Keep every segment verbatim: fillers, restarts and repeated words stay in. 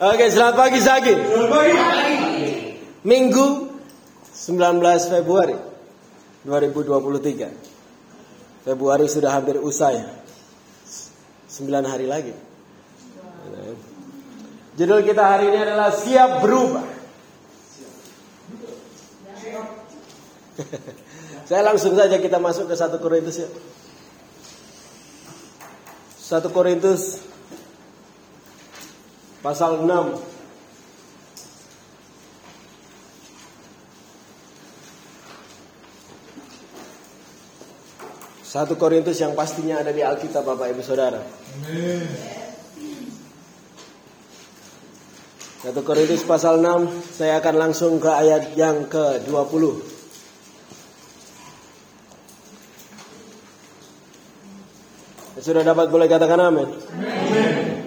Oke, selamat pagi Zaki. Selamat pagi. Minggu sembilan belas Februari dua ribu dua puluh tiga. Februari sudah hampir usai. sembilan hari lagi. Judul kita hari ini adalah siap berubah. Saya langsung saja kita masuk ke satu Korintus ya. satu Korintus pasal enam. satu Korintus yang pastinya ada di Alkitab Bapak Ibu Saudara. Amin. satu Korintus pasal enam, saya akan langsung ke ayat yang ke dua puluh. Sudah dapat boleh katakan amin. Amin.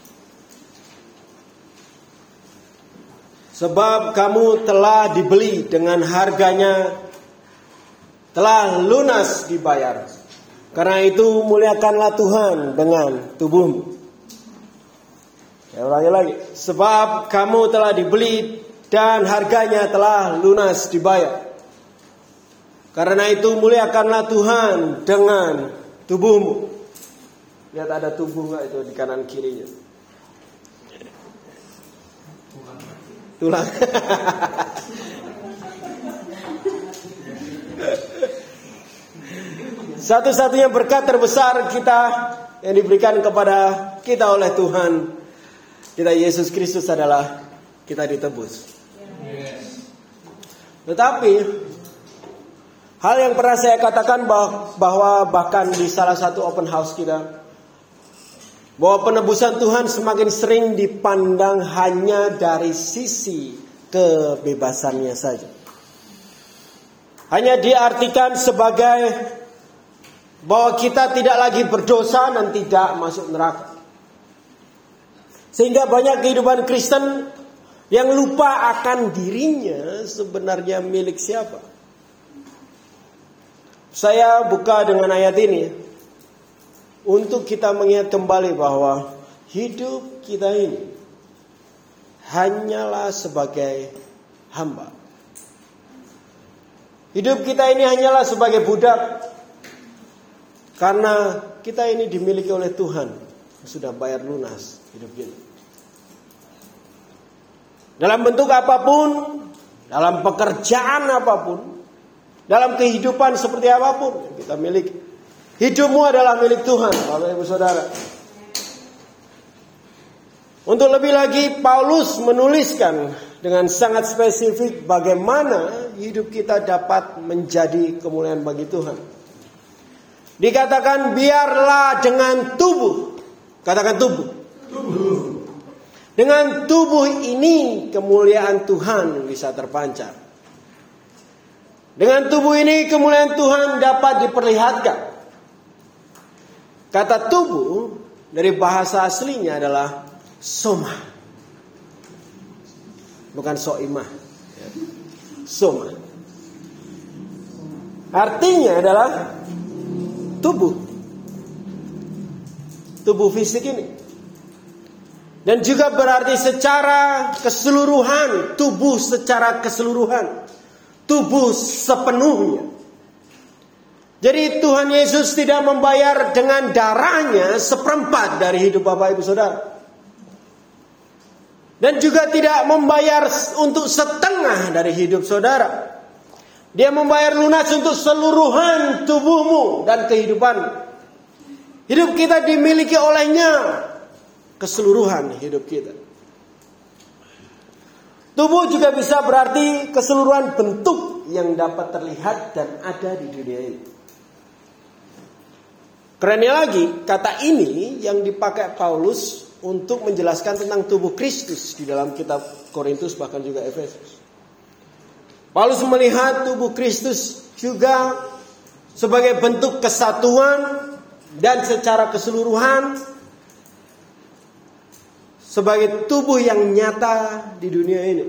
Sebab kamu telah dibeli dengan harganya, telah lunas dibayar. Karena itu muliakanlah Tuhan dengan tubuhmu. Saya ulangi lagi. Sebab kamu telah dibeli dan harganya telah lunas dibayar. Karena itu muliakanlah Tuhan dengan tubuhmu. Lihat ada tubuh nggak itu di kanan kirinya? Tulang. Satu-satunya berkat terbesar kita yang diberikan kepada kita oleh Tuhan kita Yesus Kristus adalah kita ditebus. Tetapi hal yang pernah saya katakan bahwa bahkan di salah satu open house kita, bahwa penebusan Tuhan semakin sering dipandang hanya dari sisi kebebasannya saja. Hanya diartikan sebagai bahwa kita tidak lagi berdosa dan tidak masuk neraka. Sehingga banyak kehidupan Kristen yang lupa akan dirinya sebenarnya milik siapa. Saya buka dengan ayat ini untuk kita mengingat kembali bahwa hidup kita ini hanyalah sebagai hamba. Hidup kita ini hanyalah sebagai budak. Karena kita ini dimiliki oleh Tuhan. Sudah bayar lunas hidup kita. Dalam bentuk apapun, dalam pekerjaan apapun, dalam kehidupan seperti apapun kita miliki. Hidupmu adalah milik Tuhan, Bapak Ibu Saudara. Untuk lebih lagi, Paulus menuliskan dengan sangat spesifik bagaimana hidup kita dapat menjadi kemuliaan bagi Tuhan. Dikatakan biarlah dengan tubuh, katakan tubuh. Tubuh. Dengan tubuh ini kemuliaan Tuhan bisa terpancar. Dengan tubuh ini kemuliaan Tuhan dapat diperlihatkan. Kata tubuh dari bahasa aslinya adalah soma. Bukan soimah. Soma. Artinya adalah tubuh. Tubuh fisik ini. Dan juga berarti secara keseluruhan. Tubuh secara keseluruhan. Tubuh sepenuhnya. Jadi Tuhan Yesus tidak membayar dengan darahnya seperempat dari hidup Bapak Ibu Saudara. Dan juga tidak membayar untuk setengah dari hidup saudara. Dia membayar lunas untuk seluruhan tubuhmu dan kehidupan. Hidup kita dimiliki olehnya. Keseluruhan hidup kita. Tubuh juga bisa berarti keseluruhan bentuk yang dapat terlihat dan ada di dunia ini. Kerennya lagi, kata ini yang dipakai Paulus untuk menjelaskan tentang tubuh Kristus di dalam kitab Korintus bahkan juga Efesus. Paulus melihat tubuh Kristus juga sebagai bentuk kesatuan dan secara keseluruhan sebagai tubuh yang nyata di dunia ini.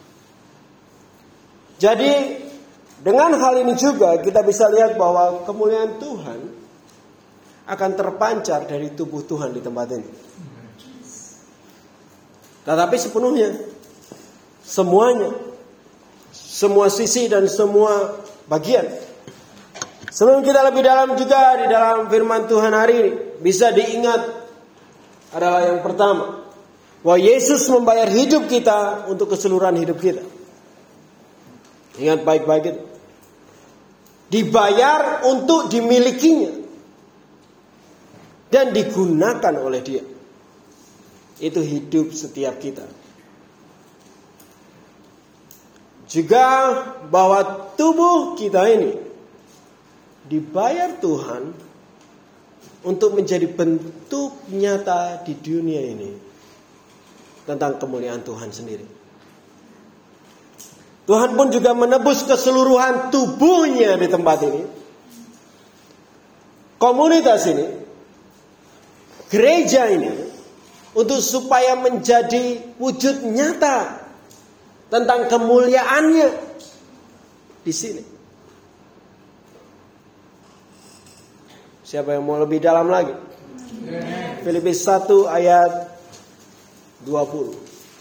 Jadi dengan hal ini juga kita bisa lihat bahwa kemuliaan Tuhan akan terpancar dari tubuh Tuhan di tempat ini. tetapi sepenuhnya, semuanya, semua sisi dan semua bagian. Sebelum kita lebih dalam juga di dalam firman Tuhan hari ini, bisa diingat adalah yang pertama, bahwa Yesus membayar hidup kita untuk keseluruhan hidup kita. Ingat baik-baik itu. Dibayar untuk dimilikinya dan digunakan oleh Dia. Itu hidup setiap kita. Juga bahwa tubuh kita ini dibayar Tuhan untuk menjadi bentuk nyata di dunia ini tentang kemuliaan Tuhan sendiri. Tuhan pun juga menebus keseluruhan tubuhnya di tempat ini. Komunitas ini, gereja ini, untuk supaya menjadi wujud nyata tentang kemuliaannya di sini. Siapa yang mau lebih dalam lagi? Filipi satu ayat dua puluh.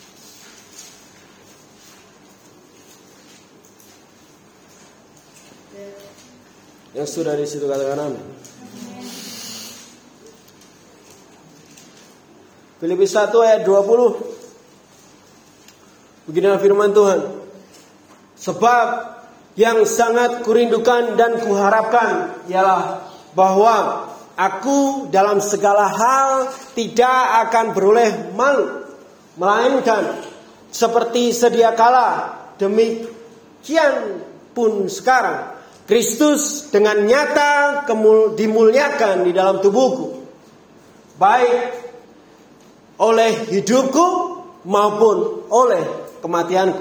Yang sudah di situ katakan amin. Filipi satu ayat dua puluh. Beginilah firman Tuhan. Sebab yang sangat kurindukan dan kuharapkan ialah bahwa aku dalam segala hal tidak akan beroleh malu, melainkan seperti sedia kala, demikian pun sekarang Kristus dengan nyata kemul- dimuliakan di dalam tubuhku, baik oleh hidupku maupun oleh kematianku.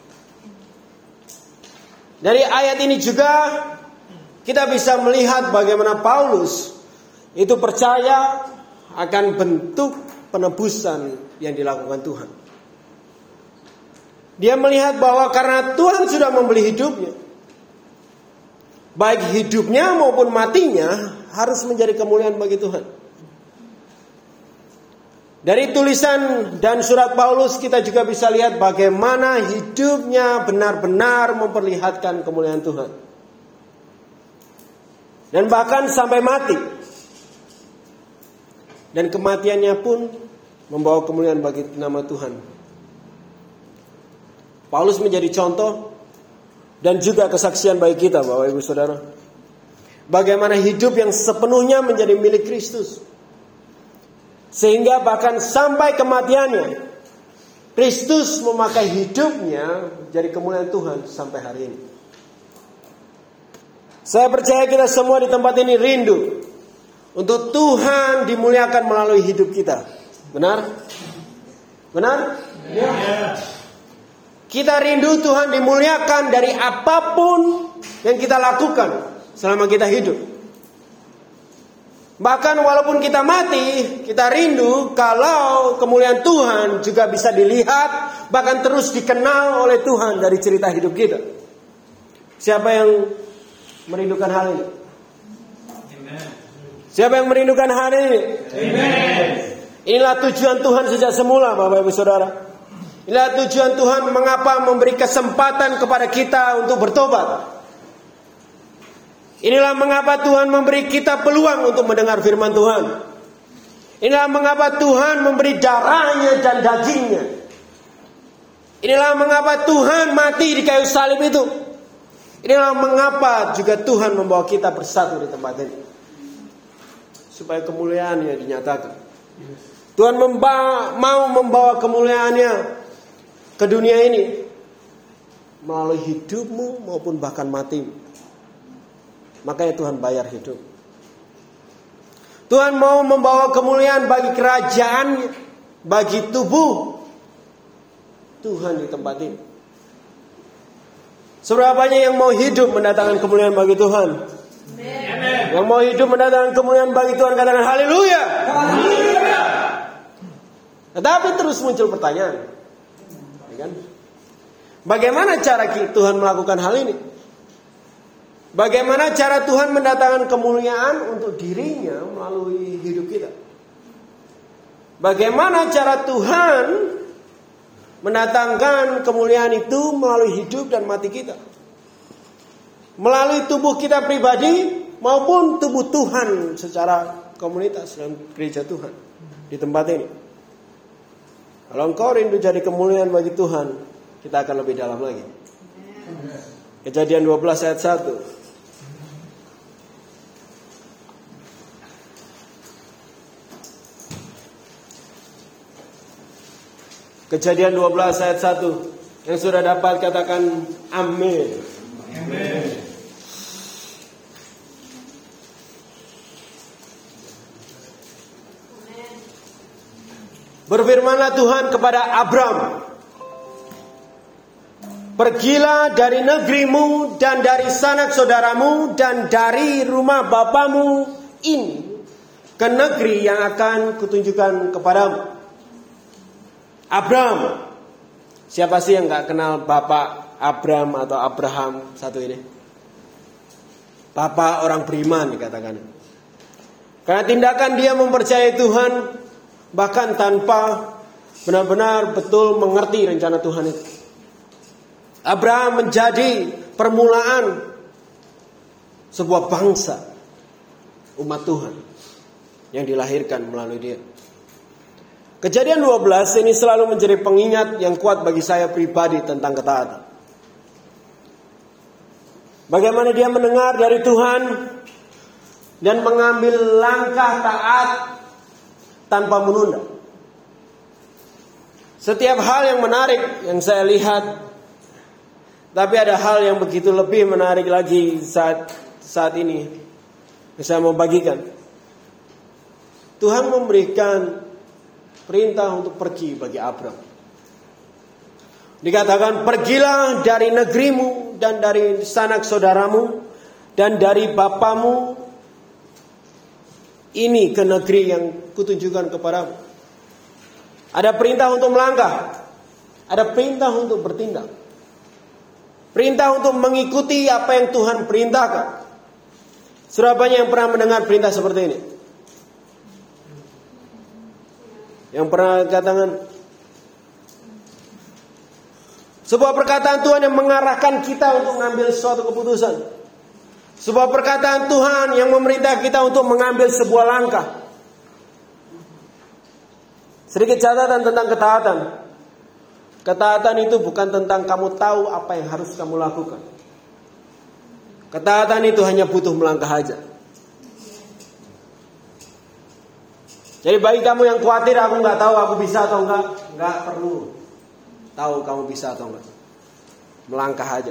Dari ayat ini juga kita bisa melihat bagaimana Paulus itu percaya akan bentuk penebusan yang dilakukan Tuhan. Dia melihat bahwa karena Tuhan sudah membeli hidupnya, baik hidupnya maupun matinya harus menjadi kemuliaan bagi Tuhan. Dari tulisan dan surat Paulus kita juga bisa lihat bagaimana hidupnya benar-benar memperlihatkan kemuliaan Tuhan. Dan bahkan sampai mati. Dan kematiannya pun membawa kemuliaan bagi nama Tuhan. Paulus menjadi contoh dan juga kesaksian bagi kita, Bapak Ibu Saudara. Bagaimana hidup yang sepenuhnya menjadi milik Kristus. Sehingga bahkan sampai kematiannya, Kristus memakai hidupnya jadi kemuliaan Tuhan sampai hari ini. Saya percaya kita semua di tempat ini rindu untuk Tuhan dimuliakan melalui hidup kita. Benar? Benar? Ya. Kita rindu Tuhan dimuliakan dari apapun yang kita lakukan selama kita hidup. Bahkan walaupun kita mati, kita rindu kalau kemuliaan Tuhan juga bisa dilihat, bahkan terus dikenal oleh Tuhan dari cerita hidup kita. Siapa yang merindukan hal ini? Amen. Siapa yang merindukan hal ini? Amen. Inilah tujuan Tuhan sejak semula, Bapak Ibu Saudara. Inilah tujuan Tuhan mengapa memberi kesempatan kepada kita untuk bertobat. Inilah mengapa Tuhan memberi kita peluang untuk mendengar firman Tuhan. Inilah mengapa Tuhan memberi darahnya dan dagingnya. Inilah mengapa Tuhan mati di kayu salib itu. Inilah mengapa juga Tuhan membawa kita bersatu di tempat ini. Supaya kemuliaannya dinyatakan. Tuhan membawa, mau membawa kemuliaannya ke dunia ini melalui hidupmu maupun bahkan matimu. Makanya Tuhan bayar hidup. Tuhan mau membawa kemuliaan bagi kerajaannya, bagi tubuh Tuhan di tempat ini. Seberapa banyak yang mau hidup mendatangkan kemuliaan bagi Tuhan? Amen. Yang mau hidup mendatangkan kemuliaan bagi Tuhan, katakan haleluya. Haleluya. Tetapi terus muncul pertanyaan, ya kan? Bagaimana cara Tuhan melakukan hal ini? Bagaimana cara Tuhan mendatangkan kemuliaan untuk dirinya melalui hidup kita? Bagaimana cara Tuhan mendatangkan kemuliaan itu melalui hidup dan mati kita. Melalui tubuh kita pribadi maupun tubuh Tuhan secara komunitas dan gereja Tuhan di tempat ini. Kalau engkau rindu jadi kemuliaan bagi Tuhan, kita akan lebih dalam lagi. Kejadian dua belas ayat satu. Kejadian dua belas ayat satu. Yang sudah dapat katakan amin. Amin. Berfirmanlah Tuhan kepada Abram, pergilah dari negerimu dan dari sanak saudaramu dan dari rumah bapamu ini ke negeri yang akan kutunjukkan kepadamu. Abram, siapa sih yang gak kenal Bapak Abram atau Abraham satu ini? Bapak orang beriman dikatakan. Karena tindakan dia mempercayai Tuhan, bahkan tanpa benar-benar betul mengerti rencana Tuhan itu. Abraham menjadi permulaan sebuah bangsa, umat Tuhan yang dilahirkan melalui dia. Kejadian dua belas ini selalu menjadi pengingat yang kuat bagi saya pribadi tentang ketaatan. Bagaimana dia mendengar dari Tuhan dan mengambil langkah taat tanpa menunda. Setiap hal yang menarik yang saya lihat, tapi ada hal yang begitu lebih menarik lagi saat saat ini yang saya mau bagikan. Tuhan memberikan perintah untuk pergi bagi Abram. Dikatakan, pergilah dari negerimu dan dari sanak saudaramu dan dari bapamu ini ke negeri yang kutunjukkan kepadamu. Ada perintah untuk melangkah, ada perintah untuk bertindak, perintah untuk mengikuti apa yang Tuhan perintahkan. Sudah banyak yang pernah mendengar perintah seperti ini? Yang pernah katakan sebuah perkataan Tuhan yang mengarahkan kita untuk mengambil suatu keputusan. Sebuah perkataan Tuhan yang memerintah kita untuk mengambil sebuah langkah. Sedikit catatan tentang ketaatan. Ketaatan itu bukan tentang kamu tahu apa yang harus kamu lakukan. Ketaatan itu hanya butuh melangkah aja. Jadi bagi kamu yang khawatir aku nggak tahu aku bisa atau enggak, nggak perlu tahu kamu bisa atau enggak. Melangkah aja.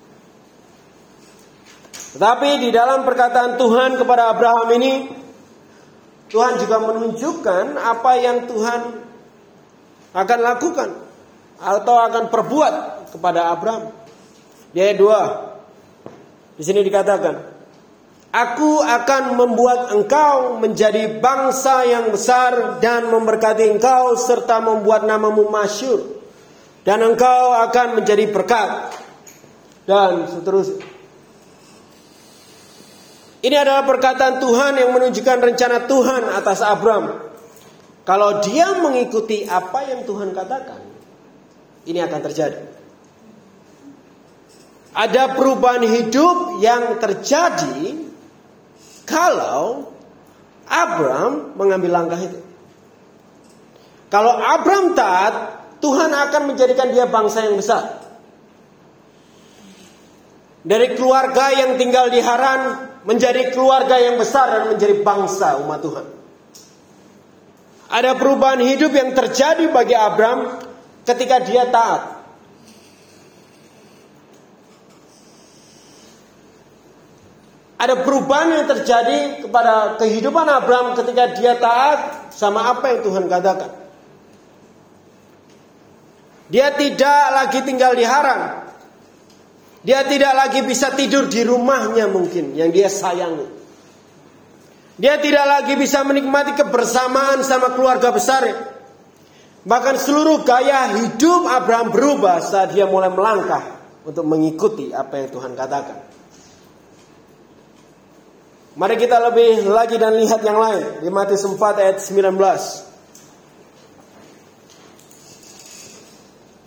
Tetapi di dalam perkataan Tuhan kepada Abraham ini, Tuhan juga menunjukkan apa yang Tuhan akan lakukan atau akan perbuat kepada Abraham. Di ayat dua, di sini dikatakan, aku akan membuat engkau menjadi bangsa yang besar dan memberkati engkau serta membuat namamu masyhur. Dan engkau akan menjadi berkat. Dan seterusnya. Ini adalah perkataan Tuhan yang menunjukkan rencana Tuhan atas Abram. Kalau dia mengikuti apa yang Tuhan katakan, ini akan terjadi. Ada perubahan hidup yang terjadi kalau Abram mengambil langkah itu. Kalau Abram taat, Tuhan akan menjadikan dia bangsa yang besar. Dari keluarga yang tinggal di Haran menjadi keluarga yang besar dan menjadi bangsa umat Tuhan. Ada perubahan hidup yang terjadi bagi Abram ketika dia taat. Ada perubahan yang terjadi kepada kehidupan Abram ketika dia taat sama apa yang Tuhan katakan. Dia tidak lagi tinggal di Haran. Dia tidak lagi bisa tidur di rumahnya mungkin yang dia sayangi. Dia tidak lagi bisa menikmati kebersamaan sama keluarga besar. Bahkan seluruh gaya hidup Abraham berubah saat dia mulai melangkah untuk mengikuti apa yang Tuhan katakan. Mari kita lebih lagi dan lihat yang lain. Di Matius empat ayat sembilan belas.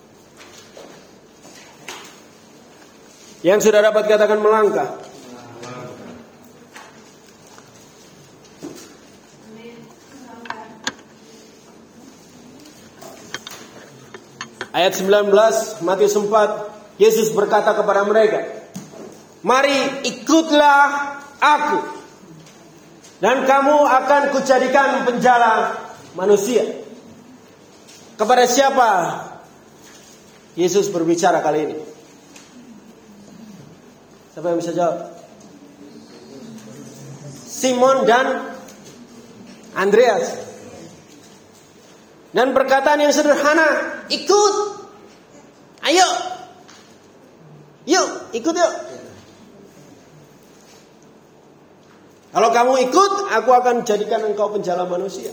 Yang sudah dapat katakan melangkah. Ayat sembilan belas Matius empat, Yesus berkata kepada mereka, "Mari ikutlah aku, dan kamu akan kujadikan penjala manusia." Kepada siapa Yesus berbicara kali ini? Siapa yang bisa jawab? Simon dan Andreas. Dan perkataan yang sederhana, ikut, ayo, yuk, ikut yuk. Kalau kamu ikut, aku akan jadikan engkau penjala manusia.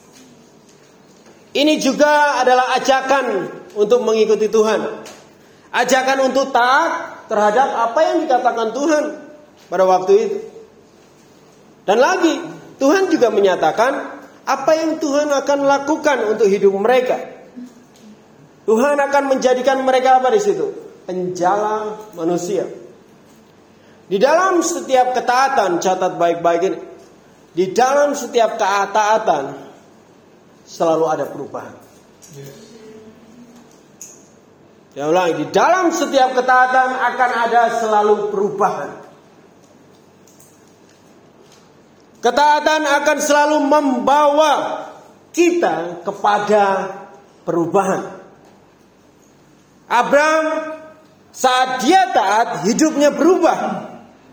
Ini juga adalah ajakan untuk mengikuti Tuhan. Ajakan untuk taat terhadap apa yang dikatakan Tuhan pada waktu itu. Dan lagi, Tuhan juga menyatakan apa yang Tuhan akan lakukan untuk hidup mereka. Tuhan akan menjadikan mereka apa di situ? Penjala manusia. Di dalam setiap ketaatan, catat baik-baik ini. Di dalam setiap ketaatan selalu ada perubahan. Ya ulang, di dalam setiap ketaatan akan ada selalu perubahan. Ketaatan akan selalu membawa kita kepada perubahan. Abraham saat dia taat, hidupnya berubah.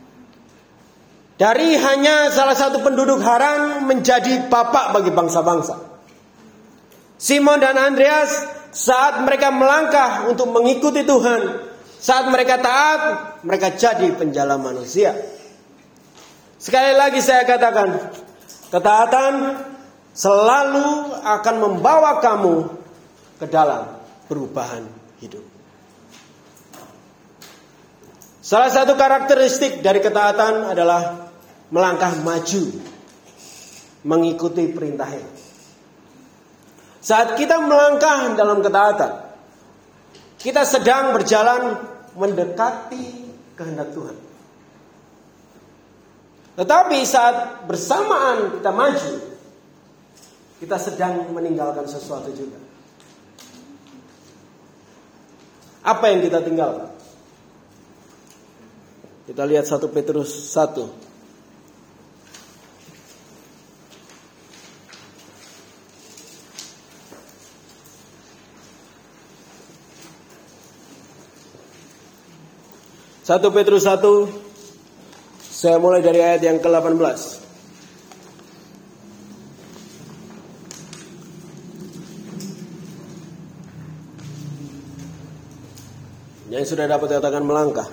Dari hanya salah satu penduduk Haran menjadi bapak bagi bangsa-bangsa. Simon dan Andreas saat mereka melangkah untuk mengikuti Tuhan, saat mereka taat, mereka jadi penjala manusia. Sekali lagi saya katakan, ketaatan selalu akan membawa kamu ke dalam perubahan hidup. Salah satu karakteristik dari ketaatan adalah melangkah maju, mengikuti perintahnya. Saat kita melangkah dalam ketaatan, kita sedang berjalan mendekati kehendak Tuhan. Tetapi saat bersamaan kita maju, kita sedang meninggalkan sesuatu juga. Apa yang kita tinggalkan? Kita lihat satu Petrus satu. satu Petrus satu. Saya mulai dari ayat yang ke delapan belas. Yang sudah dapat katakan melangkah.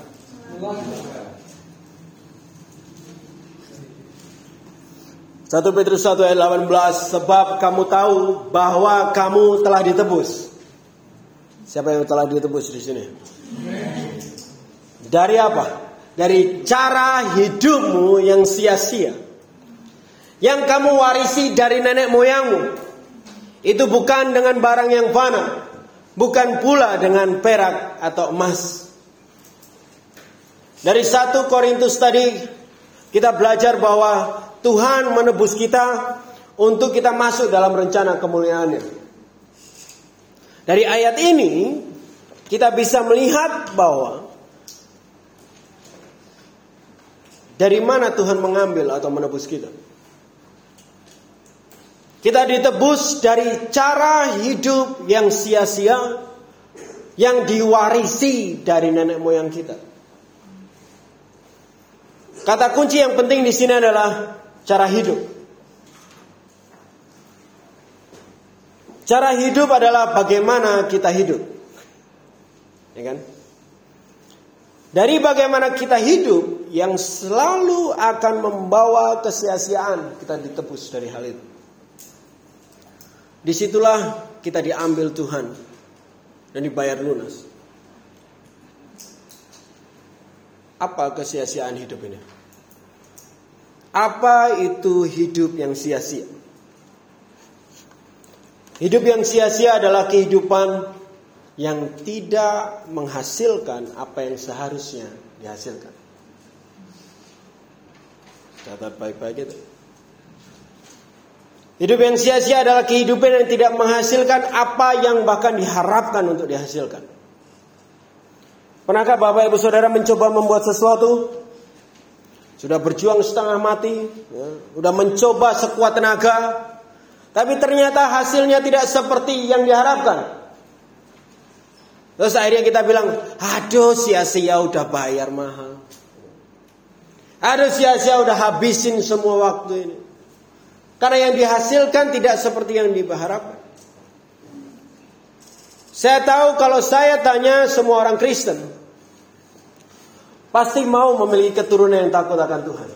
satu Petrus satu ayat delapan belas. Sebab kamu tahu bahwa kamu telah ditebus. Siapa yang telah ditebus di sini? Dari apa? Dari cara hidupmu yang sia-sia, yang kamu warisi dari nenek moyangmu. Itu bukan dengan barang yang fana, bukan pula dengan perak atau emas. Dari satu Korintus tadi kita belajar bahwa Tuhan menebus kita untuk kita masuk dalam rencana kemuliaan-Nya. Dari ayat ini kita bisa melihat bahwa dari mana Tuhan mengambil atau menebus kita. Kita ditebus dari cara hidup yang sia-sia, yang diwarisi dari nenek moyang kita. Kata kunci yang penting di sini adalah cara hidup. Cara hidup adalah bagaimana kita hidup. Ya kan? Dari bagaimana kita hidup yang selalu akan membawa kesia-siaan, kita ditebus dari hal itu. Disitulah kita diambil Tuhan dan dibayar lunas. Apa kesia-siaan hidup ini? Apa itu hidup yang sia-sia? Hidup yang sia-sia adalah kehidupan yang tidak menghasilkan apa yang seharusnya dihasilkan. Catat baik-baik itu. Hidup yang sia-sia adalah kehidupan yang tidak menghasilkan apa yang bahkan diharapkan untuk dihasilkan. Pernahkah Bapak Ibu Saudara mencoba membuat sesuatu? Sudah berjuang setengah mati, ya, sudah mencoba sekuat tenaga, tapi ternyata hasilnya tidak seperti yang diharapkan. Terus akhirnya kita bilang, aduh sia-sia udah bayar mahal. Aduh sia-sia udah habisin semua waktu ini. Karena yang dihasilkan tidak seperti yang diharapkan. Saya tahu kalau saya tanya semua orang Kristen, pasti mau memiliki keturunan yang takut akan Tuhan.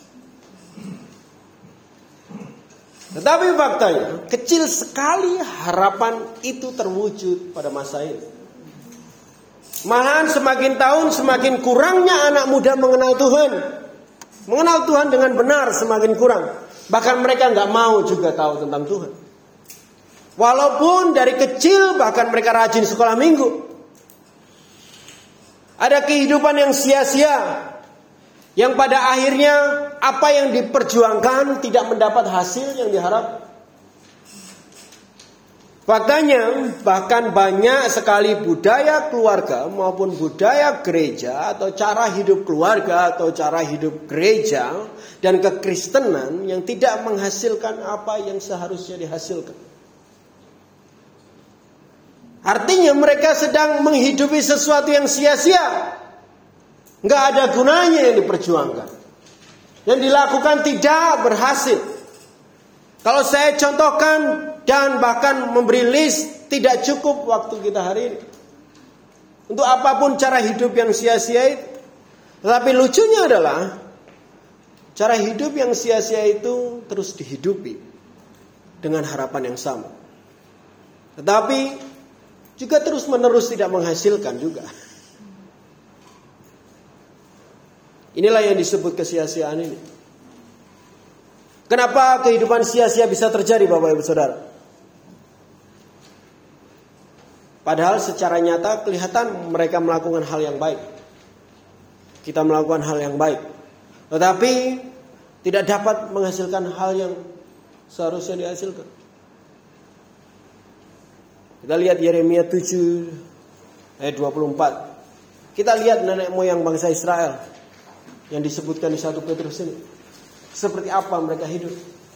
Tetapi faktanya, kecil sekali harapan itu terwujud pada masa ini. Malahan semakin tahun semakin kurangnya anak muda mengenal Tuhan. Mengenal Tuhan dengan benar semakin kurang. Bahkan mereka nggak mau juga tahu tentang Tuhan. Walaupun dari kecil bahkan mereka rajin sekolah minggu. Ada kehidupan yang sia-sia. Yang pada akhirnya apa yang diperjuangkan tidak mendapat hasil yang diharapkan. Faktanya bahkan banyak sekali budaya keluarga maupun budaya gereja atau cara hidup keluarga atau cara hidup gereja dan kekristenan yang tidak menghasilkan apa yang seharusnya dihasilkan. Artinya mereka sedang menghidupi sesuatu yang sia-sia. Nggak ada gunanya yang diperjuangkan. Yang dilakukan tidak berhasil. Kalau saya contohkan dan bahkan memberi list tidak cukup waktu kita hari ini. Untuk apapun cara hidup yang sia-sia itu. Tetapi lucunya adalah cara hidup yang sia-sia itu terus dihidupi dengan harapan yang sama. Tetapi juga terus-menerus tidak menghasilkan juga. Inilah yang disebut kesia-siaan ini. Kenapa kehidupan sia-sia bisa terjadi Bapak Ibu Saudara? Padahal secara nyata kelihatan mereka melakukan hal yang baik. Kita melakukan hal yang baik. Tetapi tidak dapat menghasilkan hal yang seharusnya dihasilkan. Kita lihat Yeremia tujuh ayat dua puluh empat. Kita lihat nenek moyang bangsa Israel yang disebutkan di satu Petrus ini. Seperti apa mereka hidup.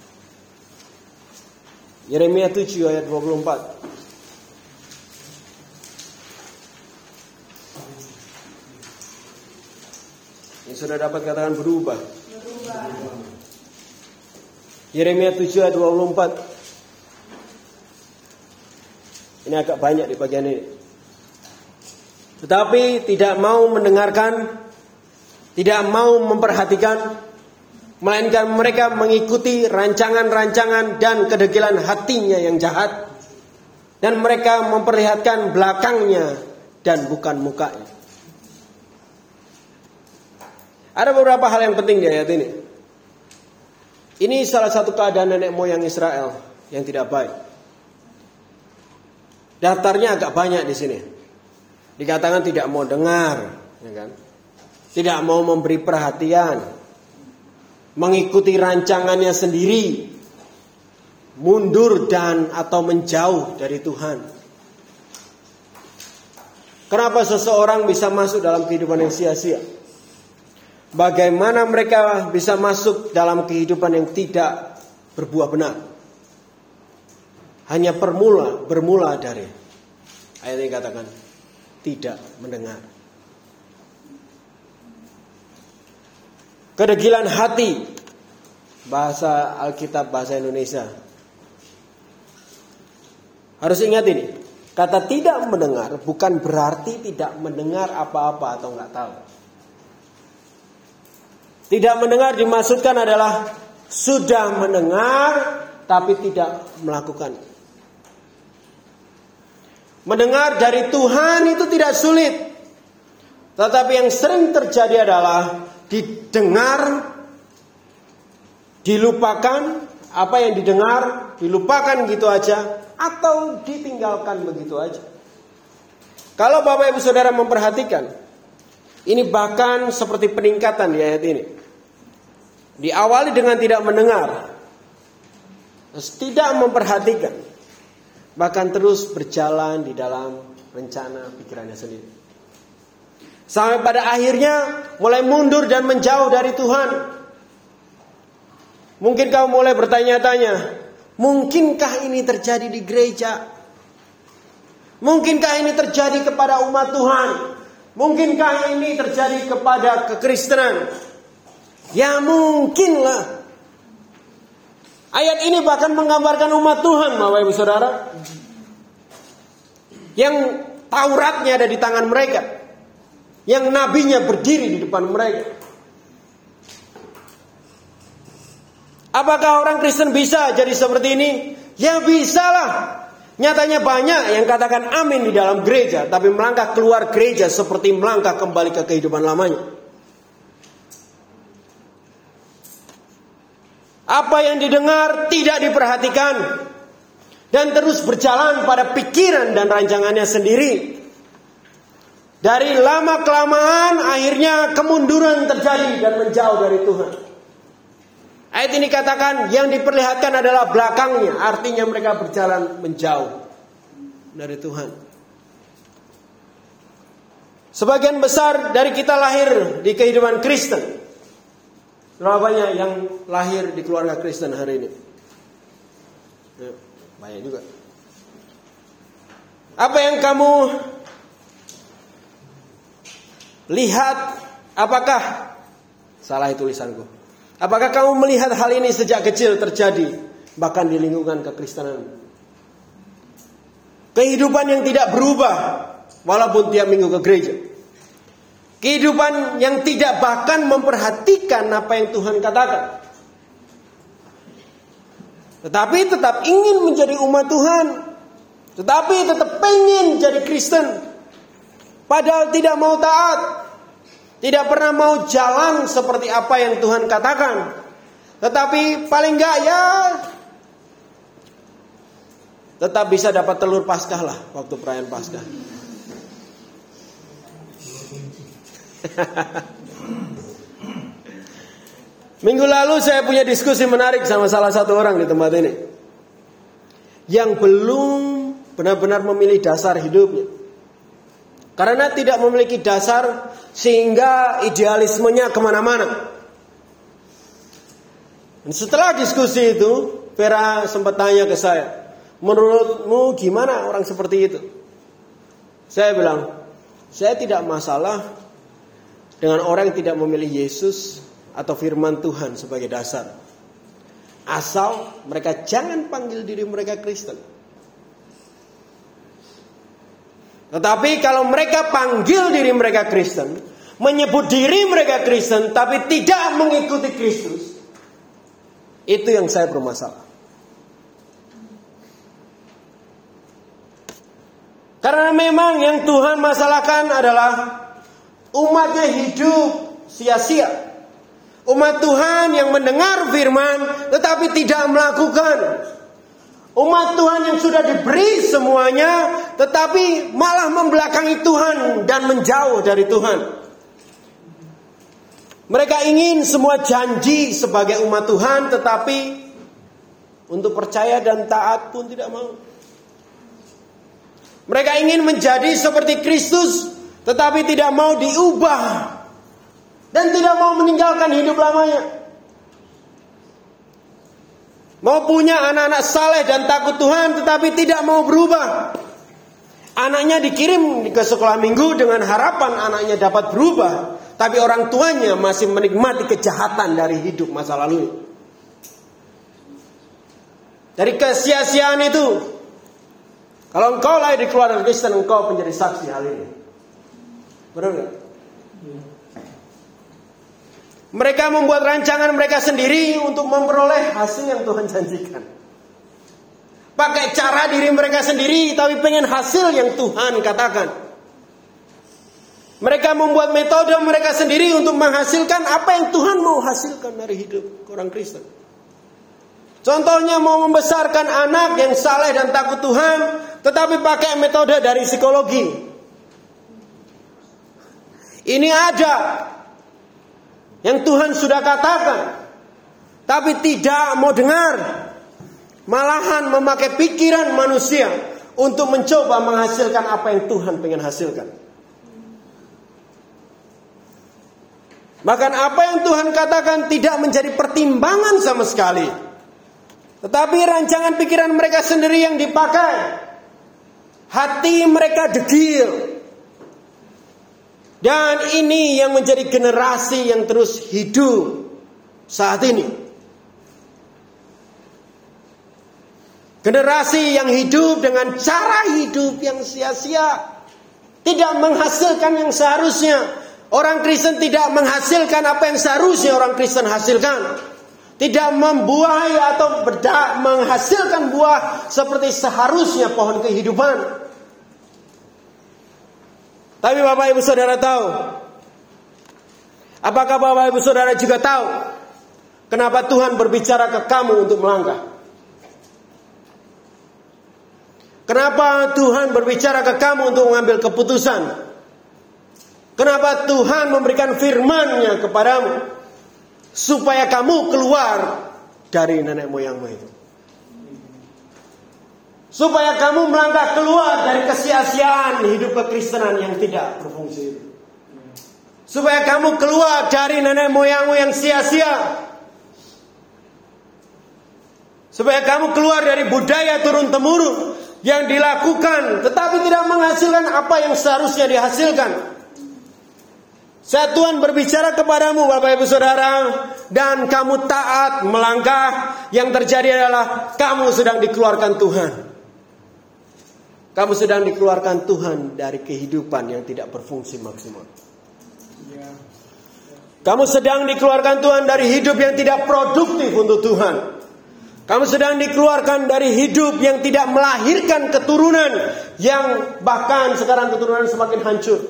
Yeremia tujuh ayat dua puluh empat. Yang sudah dapat katakan berubah. Berubah. Yeremia tujuh ayat dua puluh empat. Ini agak banyak di bagian ini. Tetapi tidak mau mendengarkan, tidak mau memperhatikan, melainkan mereka mengikuti rancangan-rancangan dan kedegilan hatinya yang jahat. Dan mereka memperlihatkan belakangnya dan bukan mukanya. Ada beberapa hal yang penting di ayat ini. Ini salah satu keadaan nenek moyang Israel yang tidak baik. Daftarnya agak banyak di sini. Dikatakan tidak mau dengar, ya kan? Tidak mau memberi perhatian, mengikuti rancangannya sendiri, mundur dan atau menjauh dari Tuhan. Kenapa seseorang bisa masuk dalam kehidupan yang sia-sia? Bagaimana mereka bisa masuk dalam kehidupan yang tidak berbuah benar? Hanya permula, bermula dari ayat ini katakan tidak mendengar. Kedegilan hati, bahasa Alkitab bahasa Indonesia. Harus ingat ini, kata tidak mendengar bukan berarti tidak mendengar apa-apa atau nggak tahu. Tidak mendengar dimaksudkan adalah sudah mendengar tapi tidak melakukan. Mendengar dari Tuhan itu tidak sulit. Tetapi yang sering terjadi adalah didengar, dilupakan, apa yang didengar, dilupakan gitu aja, atau ditinggalkan begitu aja. Kalau Bapak Ibu Saudara memperhatikan, Ini bahkan seperti peningkatan di ayat ini. Diawali dengan tidak mendengar, tidak memperhatikan, bahkan terus berjalan di dalam rencana pikirannya sendiri. Sampai pada akhirnya mulai mundur dan menjauh dari Tuhan. Mungkin kamu mulai bertanya-tanya, mungkinkah ini terjadi di gereja? Mungkinkah ini terjadi kepada umat Tuhan? Mungkinkah ini terjadi kepada kekristenan? Ya mungkinlah. Ayat ini bahkan menggambarkan umat Tuhan, Bapak Ibu Saudara, yang Tauratnya ada di tangan mereka, yang nabinya berdiri di depan mereka. Apakah orang Kristen bisa jadi seperti ini? Ya bisalah. Nyatanya banyak yang katakan amin di dalam gereja, tapi melangkah keluar gereja seperti melangkah kembali ke kehidupan lamanya. Apa yang didengar tidak diperhatikan dan terus berjalan pada pikiran dan rancangannya sendiri. Dari lama kelamaan akhirnya kemunduran terjadi dan menjauh dari Tuhan. Ayat ini katakan yang diperlihatkan adalah belakangnya, artinya mereka berjalan menjauh dari Tuhan. Sebagian besar dari kita lahir di kehidupan Kristen. Berapa banyak yang lahir di keluarga Kristen hari ini? Ya, banyak juga. Apa yang kamu lihat? Apakah salah tulisanku? Apakah kamu melihat hal ini sejak kecil terjadi, bahkan di lingkungan kekristenan? Kehidupan yang tidak berubah walaupun tiap minggu ke gereja. Kehidupan yang tidak bahkan memperhatikan apa yang Tuhan katakan, tetapi tetap ingin menjadi umat Tuhan, tetapi tetap pengen jadi Kristen, padahal tidak mau taat, tidak pernah mau jalan seperti apa yang Tuhan katakan. Tetapi paling enggak ya tetap bisa dapat telur Paskah lah waktu perayaan Paskah. Minggu lalu saya punya diskusi menarik sama salah satu orang di tempat ini, yang belum benar-benar memilih dasar hidupnya. Karena tidak memiliki dasar sehingga idealismenya kemana-mana. Dan setelah diskusi itu, Vera sempat tanya ke saya, menurutmu gimana orang seperti itu? Saya bilang, saya tidak masalah dengan orang yang tidak memilih Yesus atau firman Tuhan sebagai dasar, asal mereka jangan panggil diri mereka Kristen. Tetapi kalau mereka panggil diri mereka Kristen, menyebut diri mereka Kristen, tapi tidak mengikuti Kristus, itu yang saya bermasalah. Karena memang yang Tuhan masalahkan adalah umatnya hidup sia-sia. Umat Tuhan yang mendengar firman tetapi tidak melakukan. Umat Tuhan yang sudah diberi semuanya tetapi malah membelakangi Tuhan dan menjauh dari Tuhan. Mereka ingin semua janji sebagai umat Tuhan, tetapi untuk percaya dan taat pun tidak mau. Mereka ingin menjadi seperti Kristus, tetapi tidak mau diubah dan tidak mau meninggalkan hidup lamanya. Mau punya anak-anak saleh dan takut Tuhan, tetapi tidak mau berubah. Anaknya dikirim ke sekolah minggu dengan harapan anaknya dapat berubah, tapi orang tuanya masih menikmati kejahatan dari hidup masa lalu. Dari kesia-siaan itu, kalau engkau lahir di keluarga Kristen, engkau menjadi saksi hal ini. Benar gak? Mereka membuat rancangan mereka sendiri untuk memperoleh hasil yang Tuhan janjikan. Pakai cara diri mereka sendiri, tapi pengen hasil yang Tuhan katakan. Mereka membuat metode mereka sendiri untuk menghasilkan apa yang Tuhan mau hasilkan dari hidup orang Kristen. Contohnya mau membesarkan anak yang saleh dan takut Tuhan, tetapi pakai metode dari psikologi. Ini ada yang Tuhan sudah katakan, tapi tidak mau dengar. Malahan memakai pikiran manusia untuk mencoba menghasilkan apa yang Tuhan pengen hasilkan. Bahkan apa yang Tuhan katakan tidak menjadi pertimbangan sama sekali. Tetapi rancangan pikiran mereka sendiri yang dipakai. Hati mereka degil. Dan ini yang menjadi generasi yang terus hidup saat ini. Generasi yang hidup dengan cara hidup yang sia-sia. Tidak menghasilkan yang seharusnya. Orang Kristen tidak menghasilkan apa yang seharusnya orang Kristen hasilkan. Tidak membuahi atau berda- menghasilkan buah seperti seharusnya pohon kehidupan. Tapi Bapak Ibu Saudara tahu, apakah Bapak Ibu Saudara juga tahu kenapa Tuhan berbicara ke kamu untuk melangkah? Kenapa Tuhan berbicara ke kamu untuk mengambil keputusan? Kenapa Tuhan memberikan firman-Nya kepadamu? Supaya kamu keluar dari nenek moyangmu itu. Supaya kamu melangkah keluar dari kesia-siaan hidup kekristenan yang tidak berfungsi itu. Supaya kamu keluar dari nenek moyangmu yang sia-sia. Supaya kamu keluar dari budaya turun-temurun yang dilakukan tetapi tidak menghasilkan apa yang seharusnya dihasilkan. Saat Tuhan berbicara kepadamu Bapak Ibu Saudara, dan kamu taat melangkah, yang terjadi adalah kamu sedang dikeluarkan Tuhan. Kamu sedang dikeluarkan Tuhan dari kehidupan yang tidak berfungsi maksimal. Kamu sedang dikeluarkan Tuhan dari hidup yang tidak produktif untuk Tuhan. Kamu sedang dikeluarkan dari hidup yang tidak melahirkan keturunan, yang bahkan sekarang keturunan semakin hancur.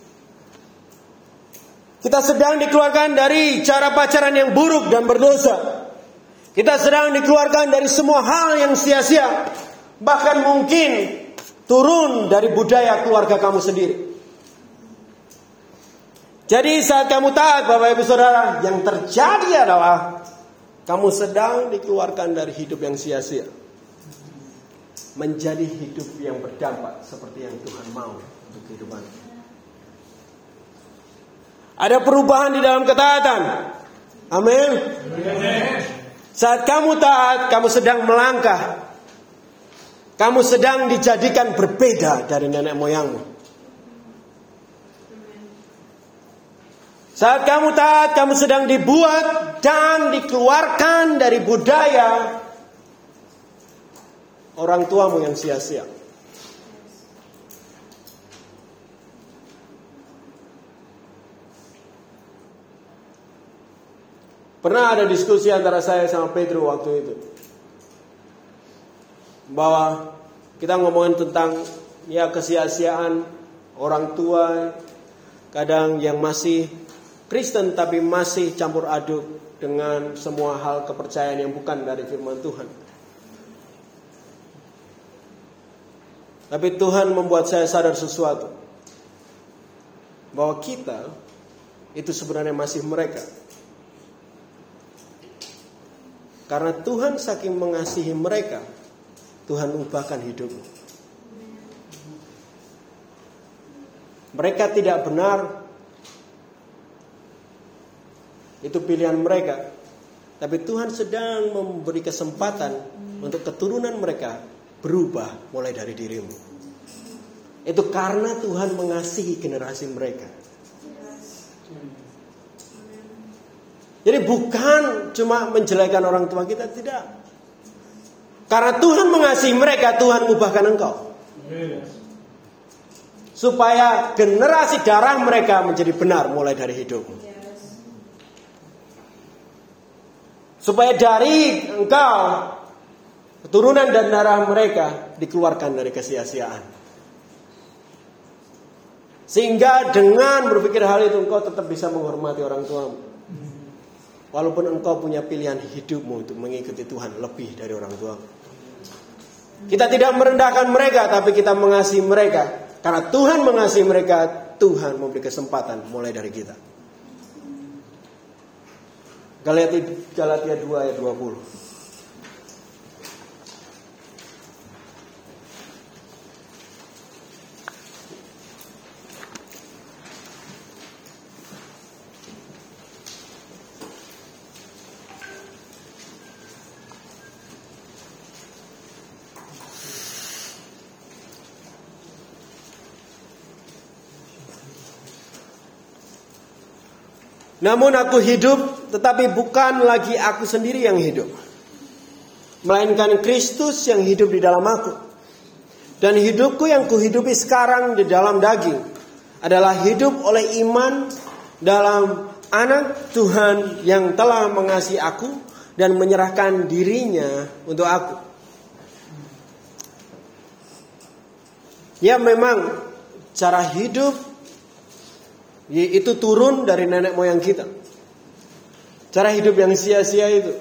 Kita sedang dikeluarkan dari cara pacaran yang buruk dan berdosa. Kita sedang dikeluarkan dari semua hal yang sia-sia. Bahkan mungkin turun dari budaya keluarga kamu sendiri. Jadi saat kamu taat Bapak Ibu Saudara, yang terjadi adalah kamu sedang dikeluarkan dari hidup yang sia-sia, menjadi hidup yang berdampak seperti yang Tuhan mau untuk kehidupan. Ada perubahan di dalam ketaatan. Amin. Saat kamu taat, kamu sedang melangkah. Kamu sedang dijadikan berbeda dari nenek moyangmu. Saat kamu taat, kamu sedang dibuat dan dikeluarkan dari budaya orang tuamu yang sia-sia. Pernah ada diskusi antara saya sama Pedro waktu itu, bahwa kita ngomongin tentang ya kesia-siaan orang tua, kadang yang masih Kristen tapi masih campur aduk dengan semua hal kepercayaan yang bukan dari firman Tuhan. Tapi Tuhan membuat saya sadar sesuatu, bahwa kita itu sebenarnya masih mereka. Karena Tuhan saking mengasihi mereka, Tuhan ubahkan hidupmu. Mereka tidak benar, itu pilihan mereka. Tapi Tuhan sedang memberi kesempatan untuk keturunan mereka berubah mulai dari dirimu. Itu karena Tuhan mengasihi generasi mereka. Jadi bukan cuma menjelekan orang tua kita, tidak. Karena Tuhan mengasihi mereka, Tuhan ubahkan engkau. Supaya generasi darah mereka menjadi benar mulai dari hidupmu. Supaya dari engkau, keturunan dan darah mereka dikeluarkan dari kesia-siaan. Sehingga dengan berpikir hal itu engkau tetap bisa menghormati orang tuamu. Walaupun engkau punya pilihan hidupmu untuk mengikuti Tuhan lebih dari orang tua. Kita tidak merendahkan mereka, tapi kita mengasihi mereka. Karena Tuhan mengasihi mereka, Tuhan memberi kesempatan mulai dari kita. Galatia, Galatia dua ayat dua puluh. Namun aku hidup, tetapi bukan lagi aku sendiri yang hidup, melainkan Kristus yang hidup di dalam aku. Dan hidupku yang kuhidupi sekarang di dalam daging adalah hidup oleh iman dalam Anak Tuhan yang telah mengasihi aku dan menyerahkan dirinya untuk aku. Ya, memang cara hidup itu turun dari nenek moyang kita. Cara hidup yang sia-sia itu.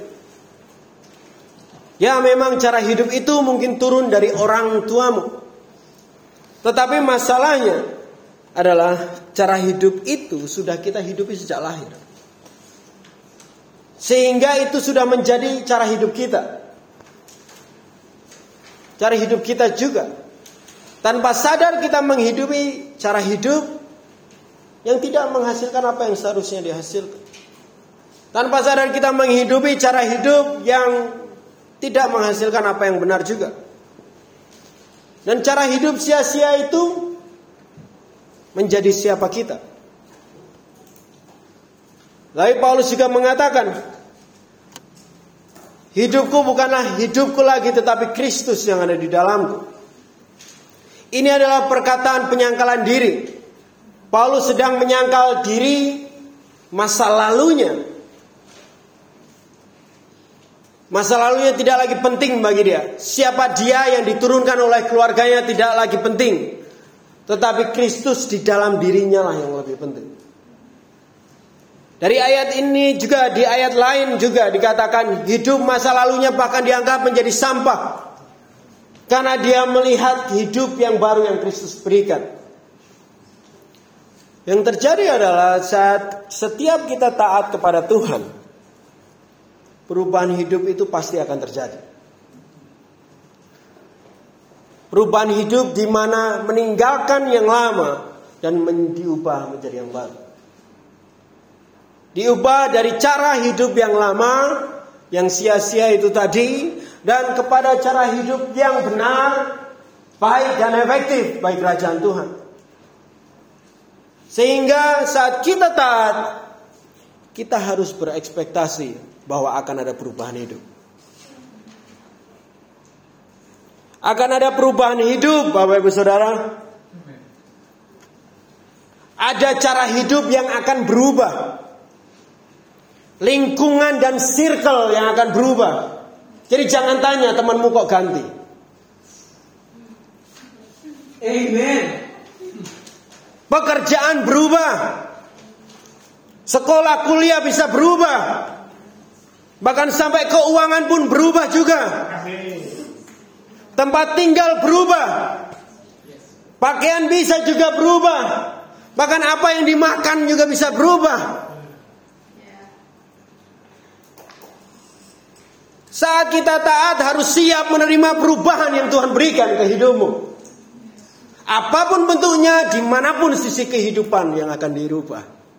Ya, memang cara hidup itu mungkin turun dari orang tuamu. Tetapi masalahnya adalah cara hidup itu sudah kita hidupi sejak lahir. Sehingga itu sudah menjadi cara hidup kita. Cara hidup kita juga. Tanpa sadar kita menghidupi cara hidup yang tidak menghasilkan apa yang seharusnya dihasilkan. Tanpa sadar kita menghidupi cara hidup yang tidak menghasilkan apa yang benar juga. Dan cara hidup sia-sia itu menjadi siapa kita. Lalu Paulus juga mengatakan, hidupku bukanlah hidupku lagi, tetapi Kristus yang ada di dalamku. Ini adalah perkataan penyangkalan diri. Paulus sedang menyangkal diri masa lalunya. Masa lalunya tidak lagi penting bagi dia. Siapa dia yang diturunkan oleh keluarganya tidak lagi penting. Tetapi Kristus di dalam dirinya lah yang lebih penting. Dari ayat ini juga di ayat lain juga dikatakan hidup masa lalunya bahkan dianggap menjadi sampah. Karena dia melihat hidup yang baru yang Kristus berikan. Yang terjadi adalah saat setiap kita taat kepada Tuhan, perubahan hidup itu pasti akan terjadi. Perubahan hidup di mana meninggalkan yang lama dan diubah menjadi yang baru. Diubah dari cara hidup yang lama, yang sia-sia itu tadi, dan kepada cara hidup yang benar, baik dan efektif bagi kerajaan Tuhan. Sehingga saat kita taat, kita harus berekspektasi bahwa akan ada perubahan hidup. Akan ada perubahan hidup, Bapak Ibu Saudara. Ada cara hidup yang akan berubah. Lingkungan dan circle yang akan berubah. Jadi jangan tanya temanmu kok ganti. Amen. Pekerjaan berubah. Sekolah kuliah bisa berubah. Bahkan sampai keuangan pun berubah juga. Tempat tinggal berubah. Pakaian bisa juga berubah. Bahkan apa yang dimakan juga bisa berubah. Saat kita taat harus siap menerima perubahan yang Tuhan berikan ke hidupmu. Apapun bentuknya, dimanapun sisi kehidupan yang akan dirubah.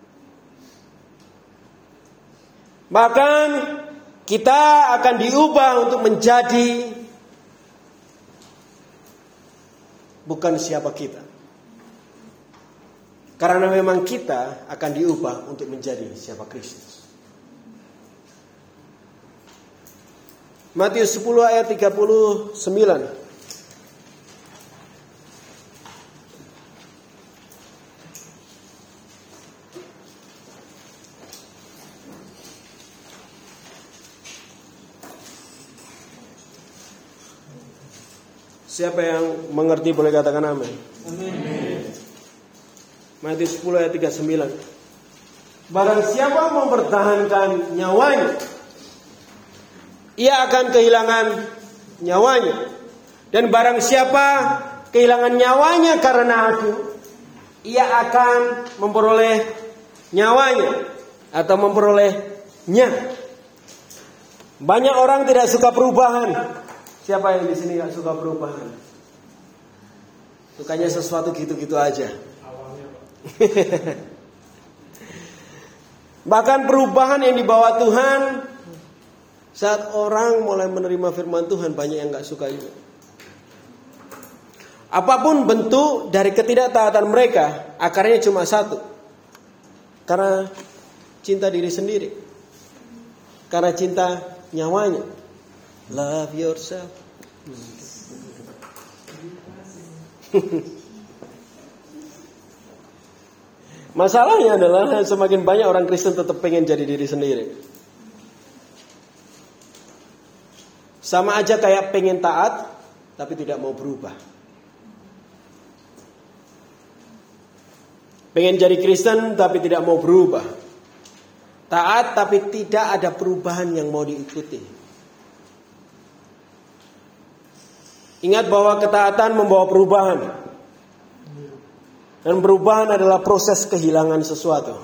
Bahkan kita akan diubah untuk menjadi bukan siapa kita. Karena memang kita akan diubah untuk menjadi siapa Kristus. Matius sepuluh ayat tiga puluh sembilan. Siapa yang mengerti boleh katakan amin. Amin. Matius sepuluh ayat tiga puluh sembilan. Barang siapa mempertahankan nyawanya, ia akan kehilangan nyawanya. Dan barang siapa kehilangan nyawanya karena aku, ia akan memperoleh nyawanya atau memperolehnya. Banyak orang tidak suka perubahan. Siapa yang di sini gak suka perubahan? Sukanya sesuatu gitu-gitu aja. Bahkan perubahan yang dibawa Tuhan, saat orang mulai menerima firman Tuhan, banyak yang gak suka itu. Apapun bentuk dari ketidaktaatan mereka, akarnya cuma satu. Karena cinta diri sendiri. Karena cinta nyawanya. Love yourself. Masalahnya adalah semakin banyak orang Kristen tetap pengen jadi diri sendiri. Sama aja kayak pengen taat, tapi tidak mau berubah. Pengen jadi Kristen tapi tidak mau berubah. Taat tapi tidak ada perubahan yang mau diikuti. Ingat bahwa ketaatan membawa perubahan. Dan perubahan adalah proses kehilangan sesuatu.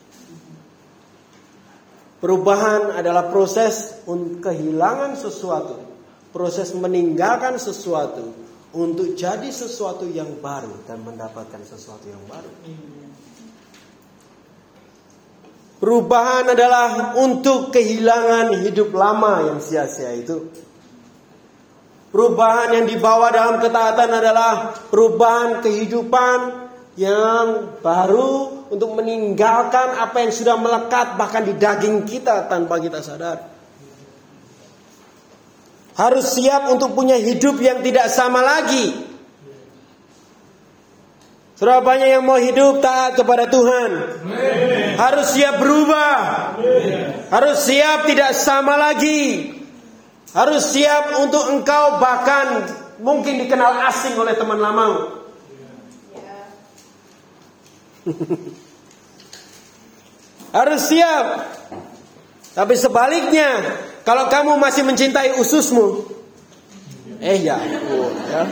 Perubahan adalah proses kehilangan sesuatu. Proses meninggalkan sesuatu untuk jadi sesuatu yang baru dan mendapatkan sesuatu yang baru. Perubahan adalah untuk kehilangan hidup lama yang sia-sia itu. Perubahan yang dibawa dalam ketaatan adalah perubahan kehidupan yang baru untuk meninggalkan apa yang sudah melekat bahkan di daging kita tanpa kita sadar. Harus siap untuk punya hidup yang tidak sama lagi. Berapa banyak yang mau hidup taat kepada Tuhan? Amen. Harus siap berubah. Amen. Harus siap tidak sama lagi. Harus siap untuk engkau bahkan mungkin dikenal asing oleh teman lamamu. Harus siap. Tapi sebaliknya, kalau kamu masih mencintai ususmu, eh ya, oh, ya.